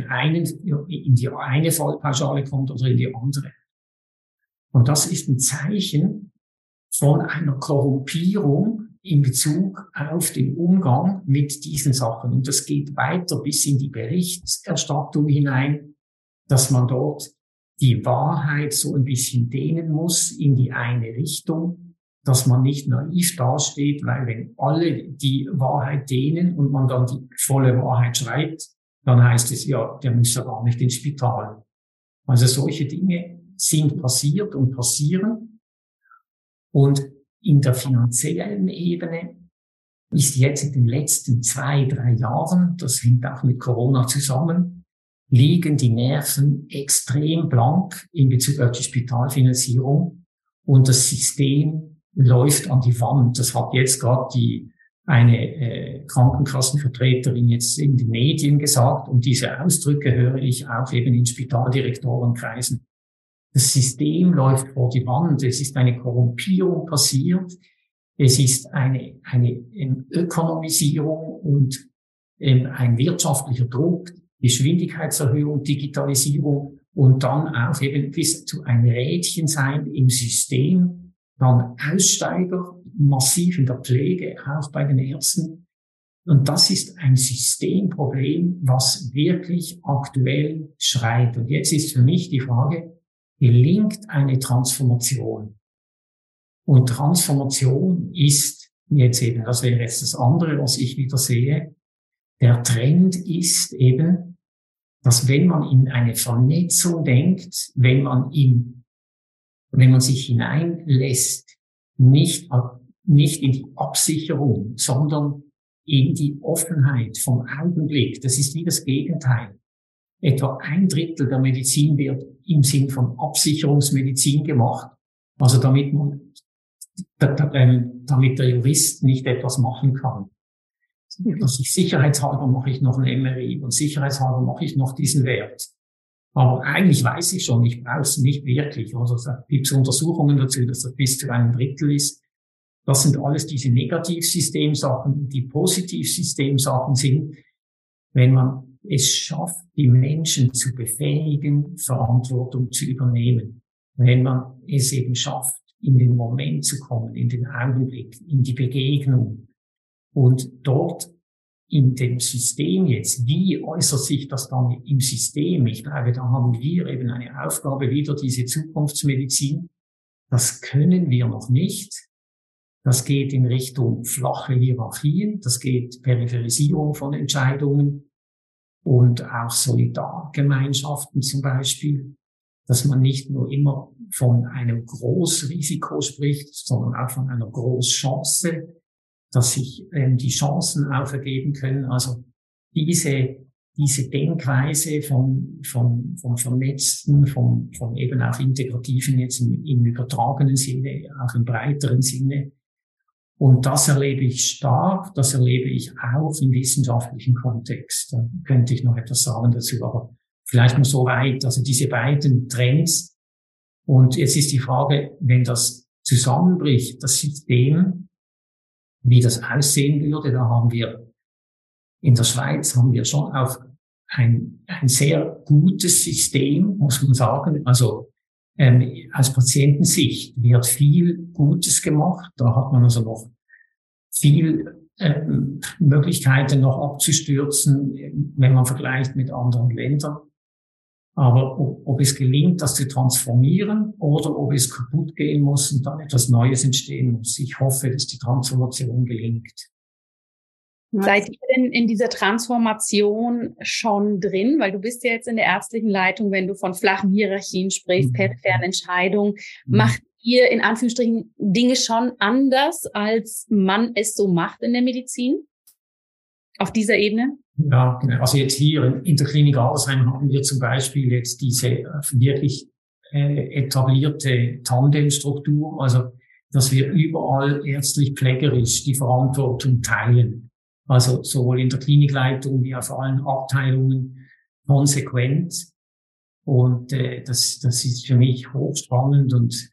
eine Fallpauschale kommt oder in die andere. Und das ist ein Zeichen von einer Korrumpierung in Bezug auf den Umgang mit diesen Sachen. Und das geht weiter bis in die Berichterstattung hinein, dass man dort die Wahrheit so ein bisschen dehnen muss in die eine Richtung, dass man nicht naiv dasteht, weil wenn alle die Wahrheit dehnen und man dann die volle Wahrheit schreibt, dann heißt es, ja, der muss ja gar nicht ins Spital. Also solche Dinge sind passiert und passieren. Und in der finanziellen Ebene ist jetzt in den letzten 2-3 Jahren, das hängt auch mit Corona zusammen, liegen die Nerven extrem blank in Bezug auf die Spitalfinanzierung und das System läuft an die Wand. Das hat jetzt gerade eine Krankenkassenvertreterin jetzt in den Medien gesagt und diese Ausdrücke höre ich auch eben in Spitaldirektorenkreisen. Das System läuft vor die Wand. Es ist eine Korrumpierung passiert. Es ist eine Ökonomisierung und ein wirtschaftlicher Druck, Geschwindigkeitserhöhung, Digitalisierung und dann auch eben bis zu ein Rädchen sein im System, dann Aussteiger, massiv in der Pflege, auch bei den Ärzten. Und das ist ein Systemproblem, was wirklich aktuell schreit. Und jetzt ist für mich die Frage, gelingt eine Transformation? Und Transformation ist jetzt eben, das wäre jetzt das andere, was ich wieder sehe, der Trend ist eben, dass wenn man in eine Vernetzung denkt, wenn man sich hineinlässt, nicht in die Absicherung, sondern in die Offenheit vom Augenblick, das ist wie das Gegenteil. Etwa 1/3 der Medizin wird im Sinn von Absicherungsmedizin gemacht, also damit der Jurist nicht etwas machen kann. Dass ich sicherheitshalber mache ich noch ein MRI und sicherheitshalber mache ich noch diesen Wert. Aber eigentlich weiß ich schon, ich brauche es nicht wirklich. Also da gibt es Untersuchungen dazu, dass das bis zu 1/3 ist. Das sind alles diese Negativsystemsachen. Die Positivsystemsachen sind, wenn man es schafft, die Menschen zu befähigen, Verantwortung zu übernehmen. Wenn man es eben schafft, in den Moment zu kommen, in den Augenblick, in die Begegnung. Und dort in dem System jetzt, wie äußert sich das dann im System? Ich glaube, da haben wir eben eine Aufgabe, wieder diese Zukunftsmedizin. Das können wir noch nicht. Das geht in Richtung flache Hierarchien, das geht Peripherisierung von Entscheidungen und auch Solidargemeinschaften zum Beispiel, dass man nicht nur immer von einem Großrisiko spricht, sondern auch von einer Großchance, dass sich die Chancen auch ergeben können. Also diese Denkweise vom Vernetzten, vom eben auch Integrativen jetzt im übertragenen Sinne, auch im breiteren Sinne. Und das erlebe ich stark, das erlebe ich auch im wissenschaftlichen Kontext. Da könnte ich noch etwas sagen dazu, aber vielleicht nur so weit, also diese beiden Trends. Und jetzt ist die Frage, wenn das zusammenbricht, das System, wie das aussehen würde, da haben wir in der Schweiz schon auch ein sehr gutes System, muss man sagen. Also aus Patientensicht wird viel Gutes gemacht. Da hat man also noch viel Möglichkeiten noch abzustürzen, wenn man vergleicht mit anderen Ländern. Aber ob es gelingt, das zu transformieren oder ob es kaputt gehen muss und dann etwas Neues entstehen muss. Ich hoffe, dass die Transformation gelingt. Seid ihr denn in dieser Transformation schon drin? Weil du bist ja jetzt in der ärztlichen Leitung, wenn du von flachen Hierarchien sprichst, peripheren Entscheidungen. Macht ihr in Anführungsstrichen Dinge schon anders, als man es so macht in der Medizin? Auf dieser Ebene? Ja, genau. Also jetzt hier in der Klinik Alzheim haben wir zum Beispiel jetzt diese wirklich etablierte Tandemstruktur, also dass wir überall ärztlich-pflegerisch die Verantwortung teilen. Also sowohl in der Klinikleitung wie auf allen Abteilungen konsequent. Und das ist für mich hochspannend und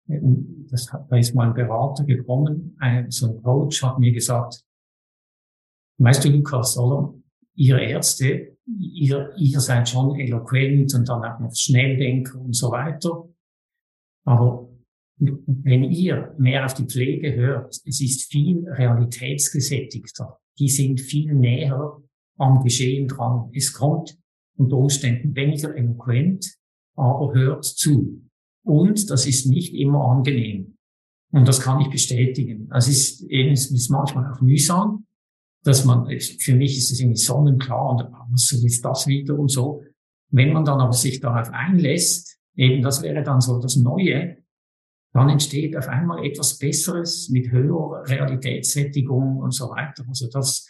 da ist mal ein Berater gekommen, so ein Coach hat mir gesagt, weißt du, Lukas, oder? Ihr Ärzte, ihr seid schon eloquent und dann auch noch Schnelldenker und so weiter. Aber wenn ihr mehr auf die Pflege hört, es ist viel realitätsgesättigter. Die sind viel näher am Geschehen dran. Es kommt unter Umständen weniger eloquent, aber hört zu. Und das ist nicht immer angenehm. Und das kann ich bestätigen. Also es ist manchmal auch mühsam, dass man, für mich ist es irgendwie sonnenklar und so ist das wieder und so. Wenn man dann aber sich darauf einlässt, eben das wäre dann so das Neue, dann entsteht auf einmal etwas Besseres mit höherer Realitätssättigung und so weiter. Also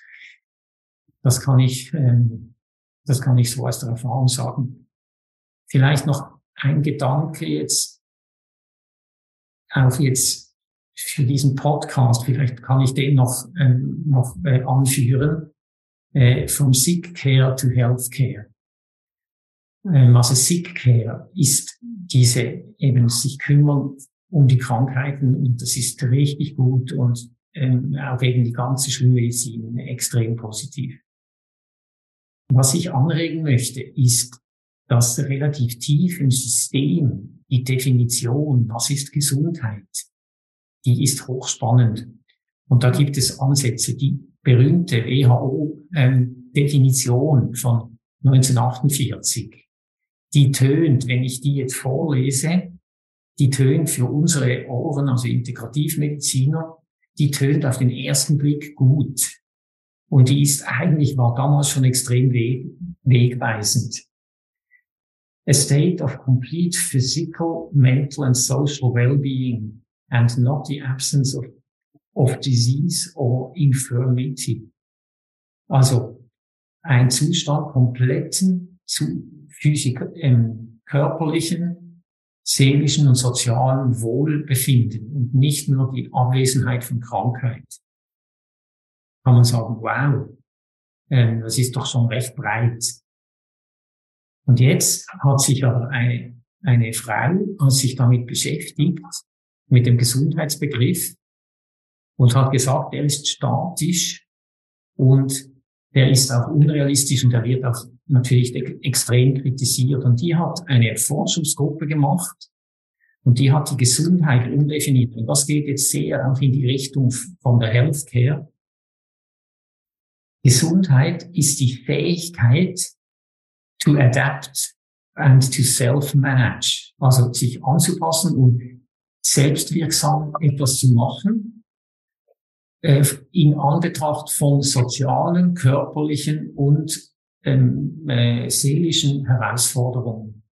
das kann ich so aus der Erfahrung sagen. Vielleicht noch ein Gedanke jetzt, auch jetzt für diesen Podcast, vielleicht kann ich den noch anführen, from Sick Care to Health Care. Also Sick Care ist diese eben sich kümmern um die Krankheiten und das ist richtig gut und auch eben die ganze Schulmedizin extrem positiv. Was ich anregen möchte, ist, dass relativ tief im System die Definition, was ist Gesundheit, die ist hochspannend. Und da gibt es Ansätze. Die berühmte WHO-Definition von 1948, die tönt, wenn ich die jetzt vorlese, die tönt für unsere Ohren, also Integrativmediziner, die tönt auf den ersten Blick gut. Und die war damals schon extrem wegweisend. A state of complete physical, mental and social well-being and not the absence of disease or infirmity. Also ein Zustand kompletten körperlichen, seelischen und sozialen Wohlbefinden und nicht nur die Abwesenheit von Krankheit. Kann man sagen, wow, das ist doch schon recht breit. Und jetzt hat sich aber eine Frau sich damit beschäftigt, mit dem Gesundheitsbegriff und hat gesagt, er ist statisch und der ist auch unrealistisch und der wird auch natürlich extrem kritisiert. Und die hat eine Forschungsgruppe gemacht und die hat die Gesundheit umdefiniert. Und das geht jetzt sehr auch in die Richtung von der Healthcare. Gesundheit ist die Fähigkeit to adapt and to self-manage, also sich anzupassen und selbstwirksam etwas zu machen, in Anbetracht von sozialen, körperlichen und seelischen Herausforderungen.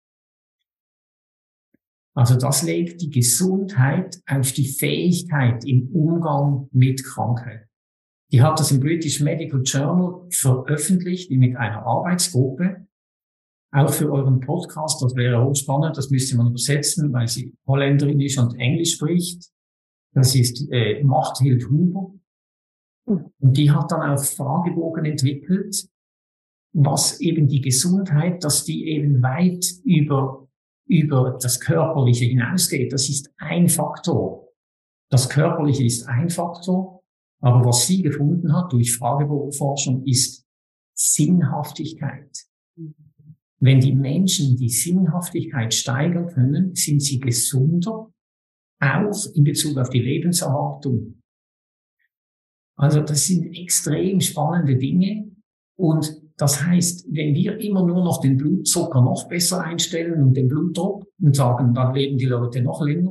Also das legt die Gesundheit auf die Fähigkeit im Umgang mit Krankheit. Die hat das im British Medical Journal veröffentlicht mit einer Arbeitsgruppe. Auch für euren Podcast, das wäre hochspannend, das müsste man übersetzen, weil sie Holländerin ist und Englisch spricht. Das ist Machthild Huber. Und die hat dann auch Fragebogen entwickelt, was eben die Gesundheit, dass die eben weit über das Körperliche hinausgeht. Das ist ein Faktor. Das Körperliche ist ein Faktor, aber was sie gefunden hat durch Fragebogenforschung ist Sinnhaftigkeit. Wenn die Menschen die Sinnhaftigkeit steigern können, sind sie gesunder, auch in Bezug auf die Lebenserwartung. Also das sind extrem spannende Dinge. Und das heißt, wenn wir immer nur noch den Blutzucker noch besser einstellen und den Blutdruck und sagen, dann leben die Leute noch länger.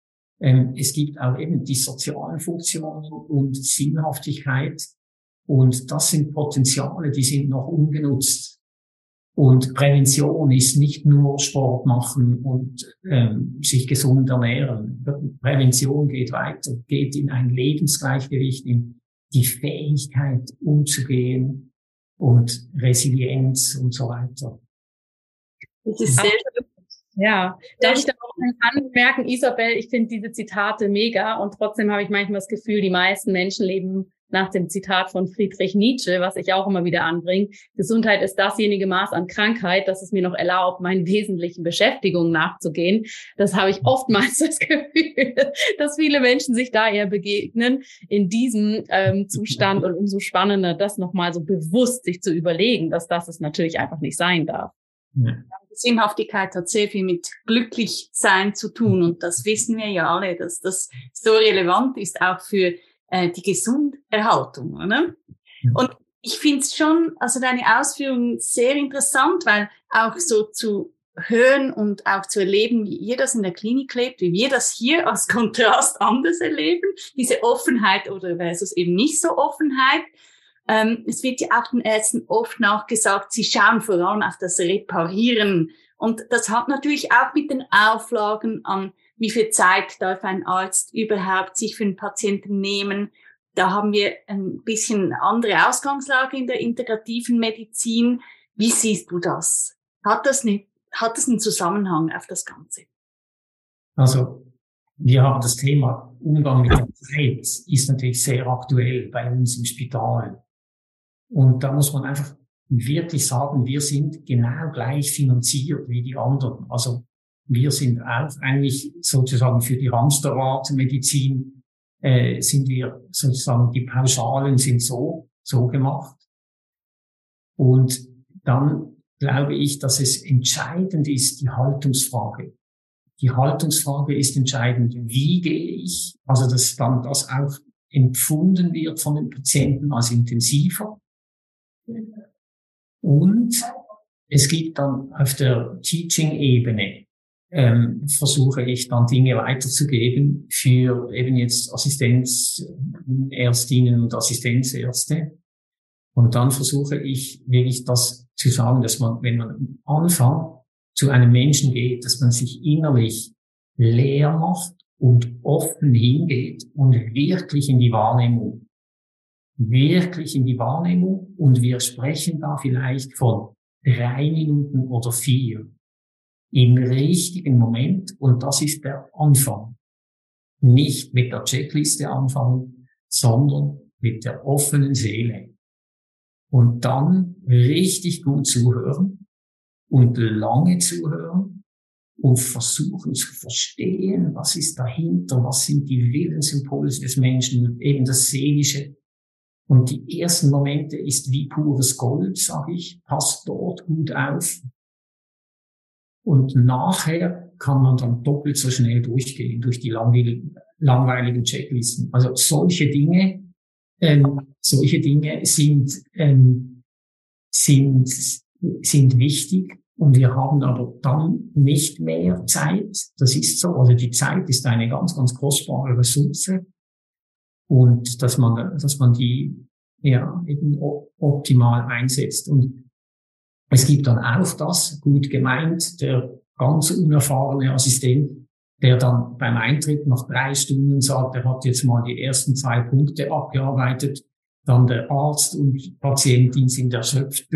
Es gibt auch eben die sozialen Funktionen und Sinnhaftigkeit. Und das sind Potenziale, die sind noch ungenutzt. Und Prävention ist nicht nur Sport machen und sich gesund ernähren. Prävention geht weiter, geht in ein Lebensgleichgewicht, in die Fähigkeit umzugehen und Resilienz und so weiter. Das ist sehr ja, darf ich da auch anmerken, Isabel, ich finde diese Zitate mega und trotzdem habe ich manchmal das Gefühl, die meisten Menschen leben nach dem Zitat von Friedrich Nietzsche, was ich auch immer wieder anbringe. Gesundheit ist dasjenige Maß an Krankheit, das es mir noch erlaubt, meinen wesentlichen Beschäftigungen nachzugehen. Das habe ich oftmals das Gefühl, dass viele Menschen sich da eher begegnen in diesem Zustand und umso spannender, das nochmal so bewusst sich zu überlegen, dass das es natürlich einfach nicht sein darf. Ja. Sinnhaftigkeit hat sehr viel mit Glücklichsein zu tun und das wissen wir ja alle, dass das so relevant ist auch für die Gesunderhaltung, oder? Ja. Und ich finde es schon, also deine Ausführungen sehr interessant, weil auch so zu hören und auch zu erleben, wie ihr das in der Klinik lebt, wie wir das hier als Kontrast anders erleben, diese Offenheit oder versus eben nicht so Offenheit. Es wird ja auch den Ärzten oft nachgesagt, sie schauen vor allem auf das Reparieren. Und das hat natürlich auch mit den Auflagen an, wie viel Zeit darf ein Arzt überhaupt sich für einen Patienten nehmen. Da haben wir ein bisschen andere Ausgangslage in der integrativen Medizin. Wie siehst du das? Hat das einen Zusammenhang auf das Ganze? Also, wir haben das Thema Umgang mit der Zeit, ist natürlich sehr aktuell bei uns im Spital. Und da muss man einfach wirklich sagen, wir sind genau gleich finanziert wie die anderen. Also wir sind auch eigentlich sozusagen für die Hamsterrad-Medizin sind wir sozusagen, die Pauschalen sind so gemacht. Und dann glaube ich, dass es entscheidend ist, die Haltungsfrage. Die Haltungsfrage ist entscheidend. Wie gehe ich? Also dass dann das auch empfunden wird von den Patienten als intensiver. Und es gibt dann auf der Teaching-Ebene, versuche ich dann Dinge weiterzugeben für eben jetzt Assistenzärztinnen und Assistenzärzte. Und dann versuche ich wirklich das zu sagen, dass man, wenn man am Anfang zu einem Menschen geht, dass man sich innerlich leer macht und offen hingeht und wirklich in die Wahrnehmung. Und wir sprechen da vielleicht von 3 Minuten oder 4 im richtigen Moment und das ist der Anfang. Nicht mit der Checkliste anfangen, sondern mit der offenen Seele. Und dann richtig gut zuhören und lange zuhören und versuchen zu verstehen, was ist dahinter, was sind die Willensimpulse des Menschen, eben das Seelische. Und die ersten Momente ist wie pures Gold, sage ich, passt dort gut auf. Und nachher kann man dann doppelt so schnell durchgehen, durch die langweiligen Checklisten. Also solche Dinge sind wichtig. Und wir haben aber dann nicht mehr Zeit. Das ist so. Also die Zeit ist eine ganz, ganz kostbare Ressource. Und dass man die, ja, eben optimal einsetzt. Und es gibt dann auch das, gut gemeint, der ganz unerfahrene Assistent, der dann beim Eintritt nach 3 Stunden sagt, er hat jetzt mal die ersten 2 Punkte abgearbeitet, dann der Arzt und Patientin sind erschöpft.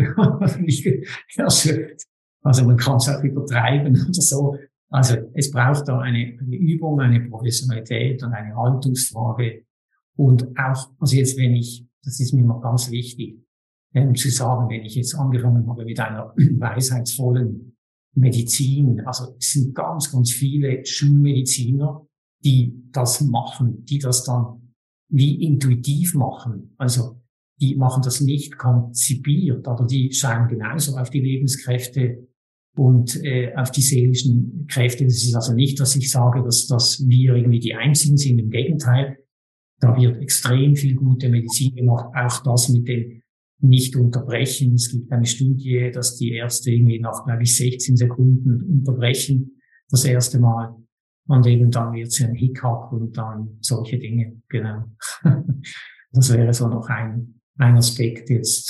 Also man kann es auch übertreiben oder so. Also es braucht da eine Übung, eine Professionalität und eine Haltungsfrage. Und auch, also jetzt das ist mir noch ganz wichtig, zu sagen, wenn ich jetzt angefangen habe mit einer weisheitsvollen Medizin, also es sind ganz, ganz viele Schulmediziner, die das machen, die das dann wie intuitiv machen. Also die machen das nicht konzipiert, aber die schauen genauso auf die Lebenskräfte und auf die seelischen Kräfte. Das ist also nicht, dass ich sage, dass wir irgendwie die Einzigen sind, im Gegenteil. Da wird extrem viel gute Medizin gemacht, auch das mit dem Nicht-Unterbrechen. Es gibt eine Studie, dass die Ärzte irgendwie nach, glaube ich, 16 Sekunden unterbrechen, das erste Mal. Und eben dann wird es ein Hickhack und dann solche Dinge, genau. Das wäre so noch ein Aspekt jetzt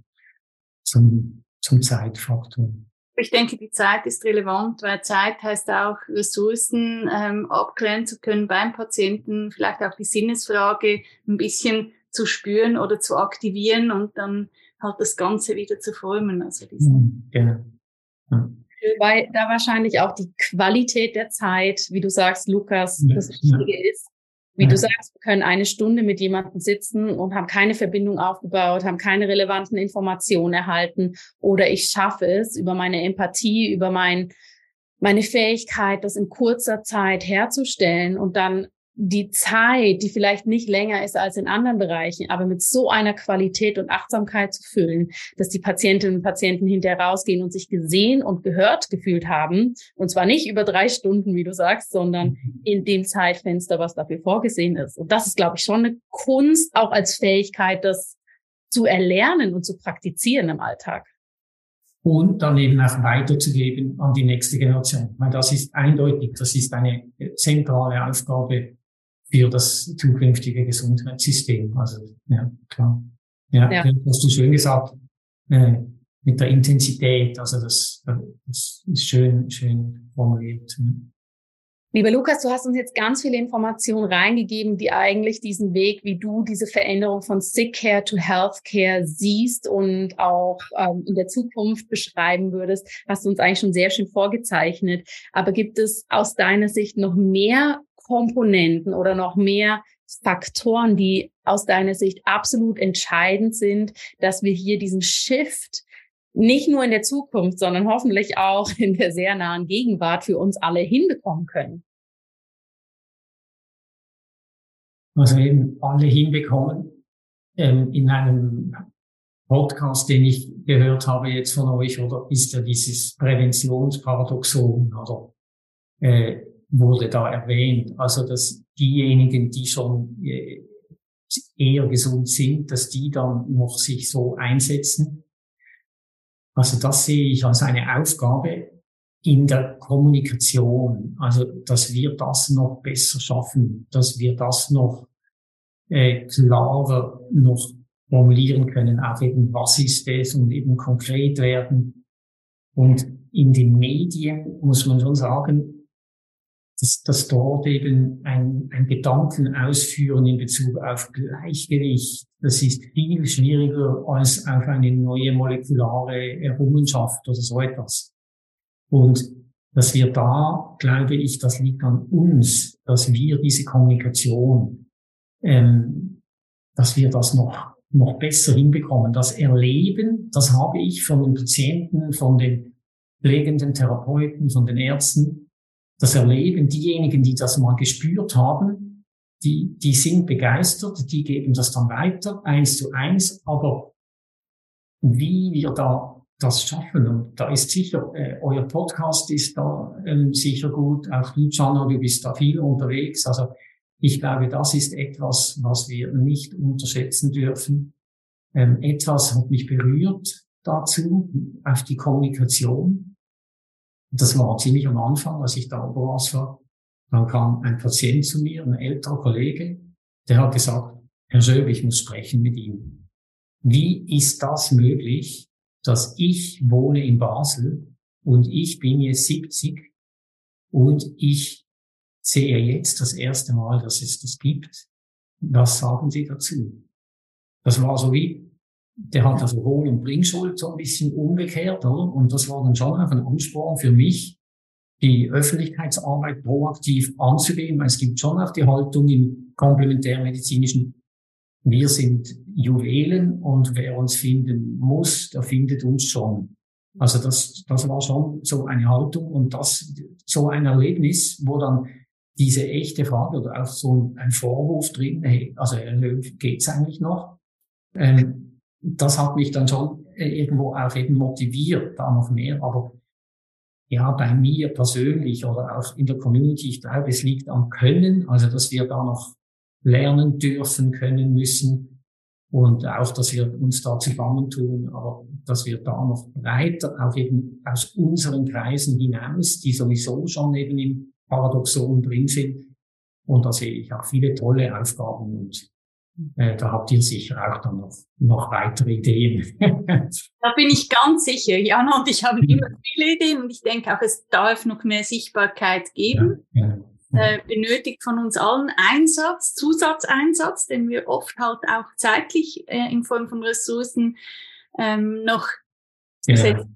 zum Zeitfaktor. Ich denke, die Zeit ist relevant, weil Zeit heißt auch, Ressourcen abklären zu können beim Patienten, vielleicht auch die Sinnesfrage ein bisschen zu spüren oder zu aktivieren und dann halt das Ganze wieder zu formen. Also genau. Ja. Weil da wahrscheinlich auch die Qualität der Zeit, wie du sagst, Lukas, das Wichtige ist. Wie du sagst, wir können eine Stunde mit jemandem sitzen und haben keine Verbindung aufgebaut, haben keine relevanten Informationen erhalten, oder ich schaffe es über meine Empathie, über meine Fähigkeit, das in kurzer Zeit herzustellen und dann die Zeit, die vielleicht nicht länger ist als in anderen Bereichen, aber mit so einer Qualität und Achtsamkeit zu füllen, dass die Patientinnen und Patienten hinterher rausgehen und sich gesehen und gehört gefühlt haben. Und zwar nicht über 3 Stunden, wie du sagst, sondern in dem Zeitfenster, was dafür vorgesehen ist. Und das ist, glaube ich, schon eine Kunst, auch als Fähigkeit, das zu erlernen und zu praktizieren im Alltag. Und dann eben auch weiterzugeben an die nächste Generation. Weil das ist eindeutig, das ist eine zentrale Aufgabe für das zukünftige Gesundheitssystem. Also, ja, klar. Ja. Hast du schön gesagt, mit der Intensität, also das ist schön formuliert. Lieber Lukas, du hast uns jetzt ganz viele Informationen reingegeben, die eigentlich diesen Weg, wie du diese Veränderung von Sick Care to Healthcare siehst und auch in der Zukunft beschreiben würdest, hast du uns eigentlich schon sehr schön vorgezeichnet. Aber gibt es aus deiner Sicht noch mehr Komponenten oder noch mehr Faktoren, die aus deiner Sicht absolut entscheidend sind, dass wir hier diesen Shift nicht nur in der Zukunft, sondern hoffentlich auch in der sehr nahen Gegenwart für uns alle hinbekommen können? Also eben alle hinbekommen. In einem Podcast, den ich gehört habe jetzt von euch, oder ist ja dieses Präventionsparadoxon, oder wurde da erwähnt. Also dass diejenigen, die schon eher gesund sind, dass die dann noch sich so einsetzen. Also das sehe ich als eine Aufgabe in der Kommunikation. Also dass wir das noch besser schaffen, dass wir das noch klarer noch formulieren können, auch eben was ist es und eben konkret werden. Und in den Medien muss man schon sagen, dass dort eben ein Gedanken ausführen in Bezug auf Gleichgewicht, das ist viel schwieriger als auf eine neue molekulare Errungenschaft oder so etwas. Und dass wir da, glaube ich, das liegt an uns, dass wir diese Kommunikation, dass wir das noch besser hinbekommen. Das Erleben, das habe ich von den Patienten, von den pflegenden Therapeuten, von den Ärzten. Das Erleben, diejenigen, die das mal gespürt haben, die sind begeistert, die geben das dann weiter, 1:1, aber wie wir da das schaffen, und da ist sicher, euer Podcast ist da sicher gut, auch du, Gianna, du bist da viel unterwegs, also ich glaube, das ist etwas, was wir nicht unterschätzen dürfen. Etwas hat mich berührt dazu, auf die Kommunikation. Das war ziemlich am Anfang, als ich da Oberarzt war. Dann kam ein Patient zu mir, ein älterer Kollege, der hat gesagt, Herr Schöb, ich muss sprechen mit Ihnen. Wie ist das möglich, dass ich wohne in Basel und ich bin jetzt 70 und ich sehe jetzt das erste Mal, dass es das gibt? Was sagen Sie dazu? Das war so wie, der hat also Hol- und Bringschuld so ein bisschen umgekehrt, oder? Und das war dann schon auch ein Ansporn für mich, die Öffentlichkeitsarbeit proaktiv anzugehen, weil es gibt schon auch die Haltung im komplementärmedizinischen, wir sind Juwelen und wer uns finden muss, der findet uns schon. Also das war schon so eine Haltung und das, so ein Erlebnis, wo dann diese echte Frage oder auch so ein Vorwurf drin, hey, also geht's eigentlich noch? Das hat mich dann schon irgendwo auch eben motiviert, da noch mehr. Aber ja, bei mir persönlich oder auch in der Community, ich glaube, es liegt am Können, also dass wir da noch lernen dürfen, können, müssen. Und auch, dass wir uns da zusammentun, aber dass wir da noch breiter, auch eben aus unseren Kreisen hinaus, die sowieso schon eben im Paradoxon drin sind. Und da sehe ich auch viele tolle Aufgaben und da habt ihr sicher auch dann noch weitere Ideen. Da bin ich ganz sicher. Jana und ich haben immer viele Ideen und ich denke auch, es darf noch mehr Sichtbarkeit geben. Benötigt von uns allen Zusatzeinsatz, den wir oft halt auch zeitlich in Form von Ressourcen noch müssen.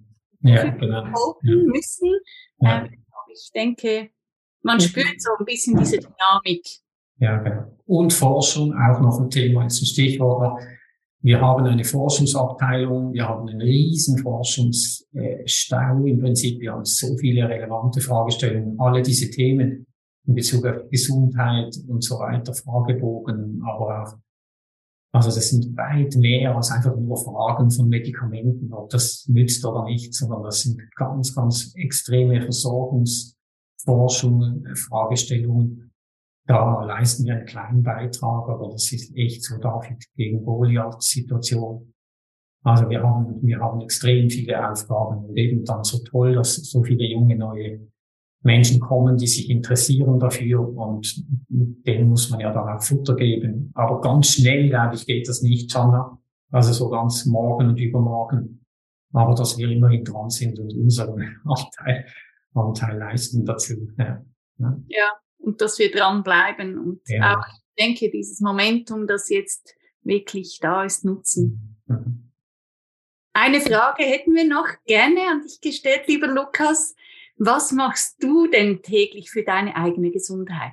Ich denke, man spürt so ein bisschen diese Dynamik. Ja, genau. Und Forschung, auch noch ein Thema, ist ein Stichwort. Wir haben eine Forschungsabteilung, wir haben einen riesen Forschungsstau im Prinzip. Wir haben so viele relevante Fragestellungen, alle diese Themen in Bezug auf Gesundheit und so weiter, Fragebogen, aber auch, also das sind weit mehr als einfach nur Fragen von Medikamenten, ob das nützt oder nicht, sondern das sind ganz, ganz extreme Versorgungsforschungen, Fragestellungen. Da leisten wir einen kleinen Beitrag, aber das ist echt so David gegen Goliath-Situation. Also wir haben extrem viele Aufgaben und eben dann so toll, dass so viele junge neue Menschen kommen, die sich interessieren dafür und denen muss man ja dann auch Futter geben. Aber ganz schnell, glaube ich, geht das nicht, Jana. Also so ganz morgen und übermorgen. Aber dass wir immerhin dran sind und unseren Anteil leisten dazu. Ja, und dass wir dranbleiben und auch, ich denke, dieses Momentum, das jetzt wirklich da ist, nutzen. Eine Frage hätten wir noch gerne an dich gestellt, lieber Lukas. Was machst du denn täglich für deine eigene Gesundheit?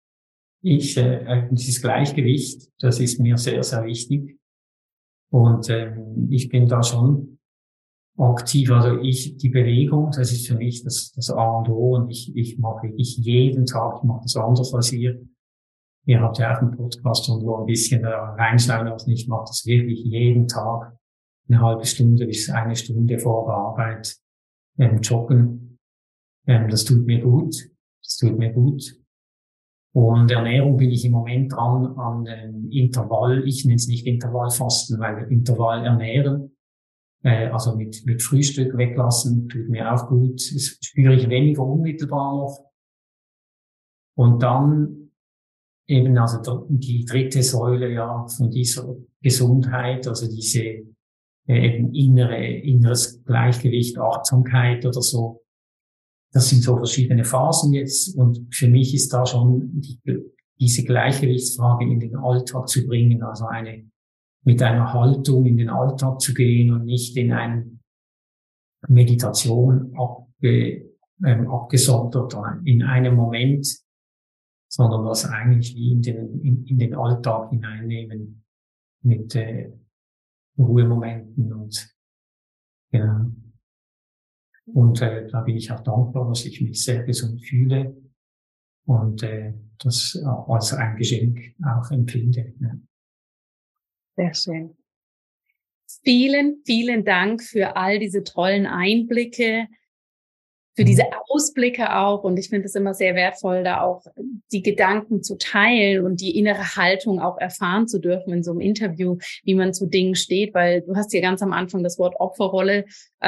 Dieses Gleichgewicht, das ist mir sehr, sehr wichtig. Und ich bin da schon aktiv. Also die Bewegung, das ist für mich das A und O. Und ich mache wirklich jeden Tag, ich mache das anders als ihr. Ihr habt ja auch einen Podcast und wo ein bisschen reinschauen lassen. Ich mache das wirklich jeden Tag, eine halbe Stunde bis eine Stunde vor der Arbeit joggen. Das tut mir gut. Und Ernährung bin ich im Moment dran an Intervall. Ich nenne es nicht Intervallfasten, weil Intervall ernähren, also mit Frühstück weglassen, tut mir auch gut. Das spüre ich weniger unmittelbar noch. Und dann eben also die dritte Säule ja von dieser Gesundheit, also diese eben inneres Gleichgewicht, Achtsamkeit oder so. Das sind so verschiedene Phasen jetzt und für mich ist da schon diese Gleichgewichtsfrage in den Alltag zu bringen, also mit einer Haltung in den Alltag zu gehen und nicht in eine Meditation abgesondert in einem Moment, sondern das eigentlich wie in den Alltag hineinnehmen mit Ruhemomenten und genau. Und da bin ich auch dankbar, dass ich mich sehr gesund fühle und das als ein Geschenk auch empfinde. Ja. Sehr schön. Vielen, vielen Dank für all diese tollen Einblicke, für diese Ausblicke auch. Und ich finde es immer sehr wertvoll, da auch die Gedanken zu teilen und die innere Haltung auch erfahren zu dürfen in so einem Interview, wie man zu Dingen steht, weil du hast hier ganz am Anfang das Wort Opferrolle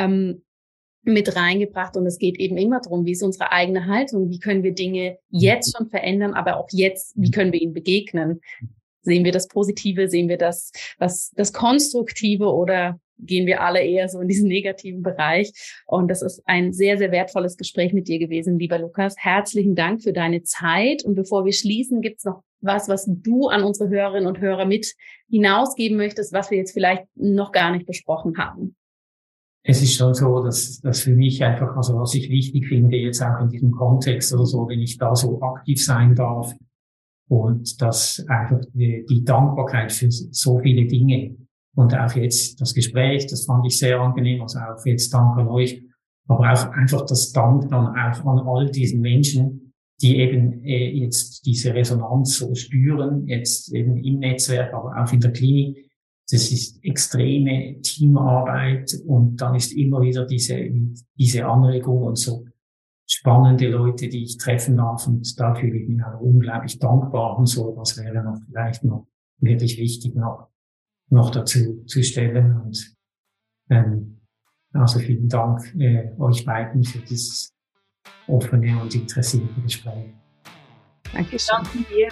mit reingebracht und es geht eben immer darum, wie ist unsere eigene Haltung, wie können wir Dinge jetzt schon verändern, aber auch jetzt, wie können wir ihnen begegnen? Sehen wir das Positive, sehen wir das Konstruktive oder gehen wir alle eher so in diesen negativen Bereich? Und das ist ein sehr, sehr wertvolles Gespräch mit dir gewesen, lieber Lukas. Herzlichen Dank für deine Zeit. Und bevor wir schließen, gibt's noch was du an unsere Hörerinnen und Hörer mit hinausgeben möchtest, was wir jetzt vielleicht noch gar nicht besprochen haben? Es ist schon so, dass für mich einfach, also was ich wichtig finde, jetzt auch in diesem Kontext oder so, wenn ich da so aktiv sein darf und dass einfach die Dankbarkeit für so viele Dinge und auch jetzt das Gespräch, das fand ich sehr angenehm, also auch jetzt Dank an euch, aber auch einfach das Dank dann auch an all diesen Menschen, die eben jetzt diese Resonanz so spüren, jetzt eben im Netzwerk, aber auch in der Klinik. Das ist extreme Teamarbeit und dann ist immer wieder diese Anregung und so. spannende Leute, die ich treffen darf, und da fühle ich mich auch unglaublich dankbar, und so, das wäre noch vielleicht noch wirklich wichtig noch dazu zu stellen. Und also vielen Dank euch beiden für dieses offene und interessierte Gespräch. Dankeschön. Danke dir.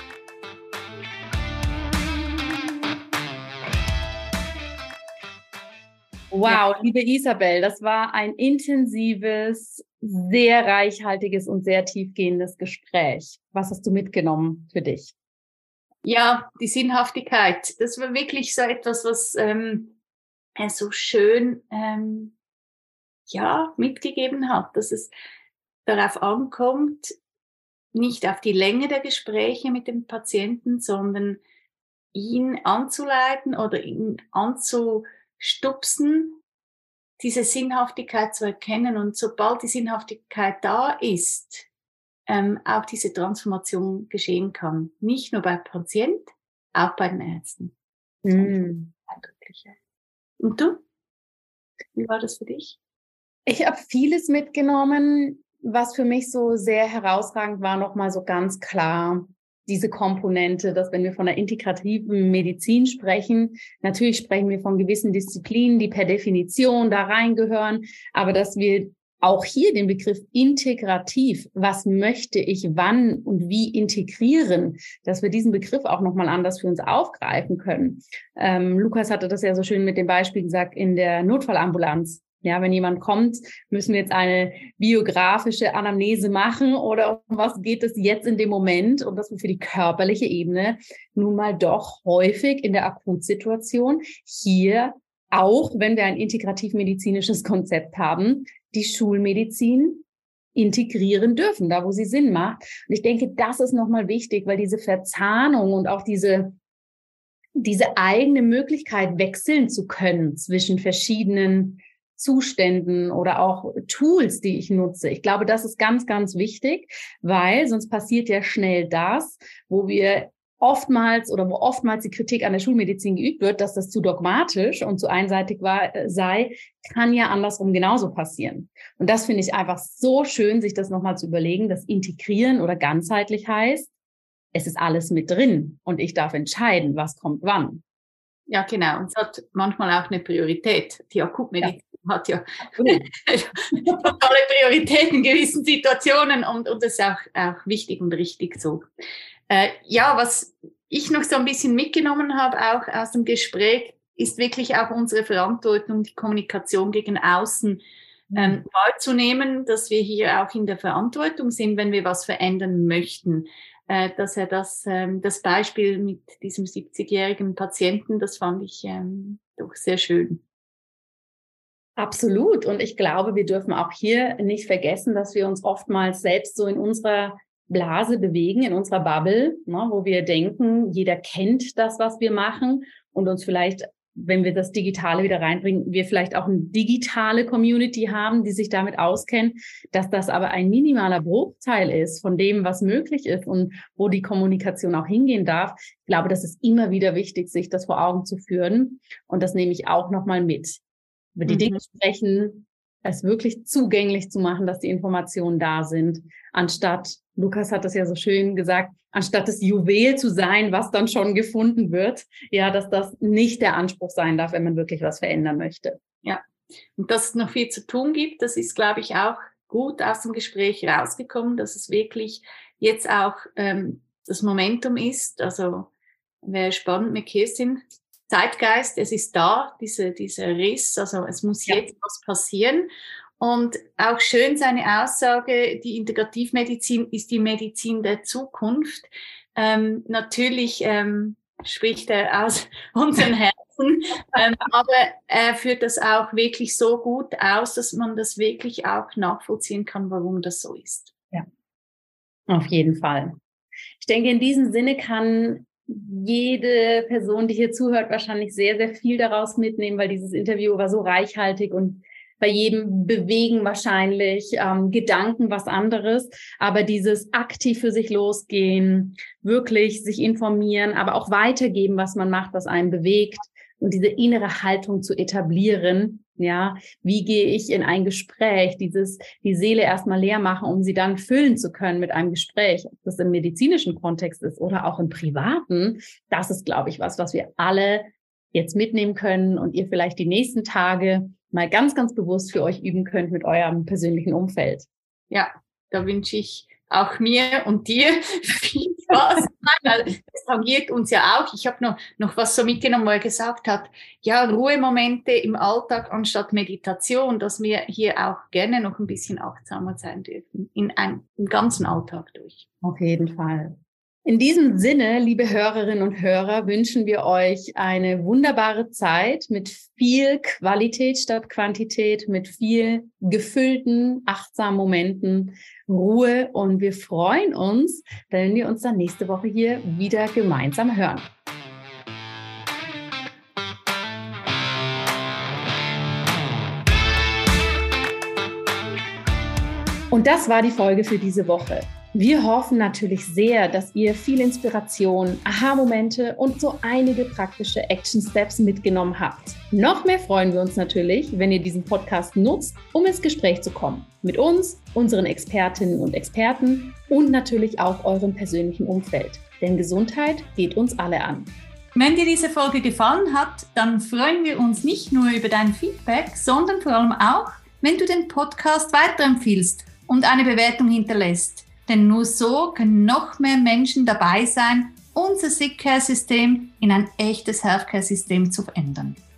Wow, liebe Isabel, das war ein intensives, sehr reichhaltiges und sehr tiefgehendes Gespräch. Was hast du mitgenommen für dich? Ja, die Sinnhaftigkeit. Das war wirklich so etwas, was er so schön mitgegeben hat, dass es darauf ankommt, nicht auf die Länge der Gespräche mit dem Patienten, sondern ihn anzuleiten oder ihn anzustupsen, diese Sinnhaftigkeit zu erkennen. Und sobald die Sinnhaftigkeit da ist, auch diese Transformation geschehen kann. Nicht nur beim Patient, auch bei den Ärzten. Eindrücklicher. Und du? Wie war das für dich? Ich habe vieles mitgenommen. Was für mich so sehr herausragend war, nochmal so ganz klar diese Komponente, dass wenn wir von der integrativen Medizin sprechen, natürlich sprechen wir von gewissen Disziplinen, die per Definition da reingehören, aber dass wir auch hier den Begriff integrativ, was möchte ich wann und wie integrieren, dass wir diesen Begriff auch nochmal anders für uns aufgreifen können. Lukas hatte das ja so schön mit dem Beispiel gesagt in der Notfallambulanz. Ja, wenn jemand kommt, müssen wir jetzt eine biografische Anamnese machen oder um was geht es jetzt in dem Moment? Und dass wir für die körperliche Ebene nun mal doch häufig in der Akutsituation hier, auch wenn wir ein integrativ-medizinisches Konzept haben, die Schulmedizin integrieren dürfen, da wo sie Sinn macht. Und ich denke, das ist nochmal wichtig, weil diese Verzahnung und auch diese eigene Möglichkeit wechseln zu können zwischen verschiedenen Zuständen oder auch Tools, die ich nutze. Ich glaube, das ist ganz, ganz wichtig, weil sonst passiert ja schnell das, wo oftmals die Kritik an der Schulmedizin geübt wird, dass das zu dogmatisch und zu einseitig sei, kann ja andersrum genauso passieren. Und das finde ich einfach so schön, sich das nochmal zu überlegen, dass integrieren oder ganzheitlich heißt, es ist alles mit drin und ich darf entscheiden, was kommt wann. Ja, genau. Und es hat manchmal auch eine Priorität. Die Akutmedizin hat ja totale Prioritäten in gewissen Situationen und das ist auch wichtig und richtig so. Was ich noch so ein bisschen mitgenommen habe, auch aus dem Gespräch, ist wirklich auch unsere Verantwortung, die Kommunikation gegen außen wahrzunehmen, dass wir hier auch in der Verantwortung sind, wenn wir was verändern möchten. Dass er das Beispiel mit diesem 70-jährigen Patienten, das fand ich doch sehr schön. Absolut. Und ich glaube, wir dürfen auch hier nicht vergessen, dass wir uns oftmals selbst so in unserer Blase bewegen, in unserer Bubble, ne, wo wir denken, jeder kennt das, was wir machen und uns vielleicht, wenn wir das Digitale wieder reinbringen, wir vielleicht auch eine digitale Community haben, die sich damit auskennt, dass das aber ein minimaler Bruchteil ist von dem, was möglich ist und wo die Kommunikation auch hingehen darf. Ich glaube, das ist immer wieder wichtig, sich das vor Augen zu führen. Und das nehme ich auch nochmal mit. Über die Dinge sprechen, es wirklich zugänglich zu machen, dass die Informationen da sind, anstatt, Lukas hat das ja so schön gesagt, anstatt das Juwel zu sein, was dann schon gefunden wird, ja, dass das nicht der Anspruch sein darf, wenn man wirklich was verändern möchte. Ja, und dass es noch viel zu tun gibt, das ist, glaube ich, auch gut aus dem Gespräch rausgekommen, dass es wirklich jetzt auch das Momentum ist. Also wäre spannend mit Kerstin. Zeitgeist, es ist da, dieser Riss, also es muss jetzt was passieren. Und auch schön seine Aussage, die Integrativmedizin ist die Medizin der Zukunft. Natürlich spricht er aus unserem Herzen, aber er führt das auch wirklich so gut aus, dass man das wirklich auch nachvollziehen kann, warum das so ist. Ja, auf jeden Fall. Ich denke, in diesem Sinne kann jede Person, die hier zuhört, wahrscheinlich sehr, sehr viel daraus mitnehmen, weil dieses Interview war so reichhaltig und bei jedem bewegen wahrscheinlich Gedanken was anderes. Aber dieses aktiv für sich losgehen, wirklich sich informieren, aber auch weitergeben, was man macht, was einen bewegt, und diese innere Haltung zu etablieren. Ja, wie gehe ich in ein Gespräch, die Seele erstmal leer machen, um sie dann füllen zu können mit einem Gespräch, ob das im medizinischen Kontext ist oder auch im privaten. Das ist, glaube ich, was wir alle jetzt mitnehmen können und ihr vielleicht die nächsten Tage mal ganz, ganz bewusst für euch üben könnt mit eurem persönlichen Umfeld. Ja, da wünsche ich auch mir und dir viel Spaß. Weil das tangiert uns ja auch. Ich habe noch was so mitgenommen, wo er gesagt hat, ja, Ruhemomente im Alltag anstatt Meditation, dass wir hier auch gerne noch ein bisschen achtsamer sein dürfen, im ganzen Alltag durch. Auf jeden Fall. In diesem Sinne, liebe Hörerinnen und Hörer, wünschen wir euch eine wunderbare Zeit mit viel Qualität statt Quantität, mit viel gefüllten, achtsamen Momenten, Ruhe, und wir freuen uns, wenn wir uns dann nächste Woche hier wieder gemeinsam hören. Und das war die Folge für diese Woche. Wir hoffen natürlich sehr, dass ihr viel Inspiration, Aha-Momente und so einige praktische Action-Steps mitgenommen habt. Noch mehr freuen wir uns natürlich, wenn ihr diesen Podcast nutzt, um ins Gespräch zu kommen. Mit uns, unseren Expertinnen und Experten und natürlich auch eurem persönlichen Umfeld. Denn Gesundheit geht uns alle an. Wenn dir diese Folge gefallen hat, dann freuen wir uns nicht nur über dein Feedback, sondern vor allem auch, wenn du den Podcast weiterempfiehlst und eine Bewertung hinterlässt. Denn nur so können noch mehr Menschen dabei sein, unser Sick Care System in ein echtes Healthcare System zu verändern.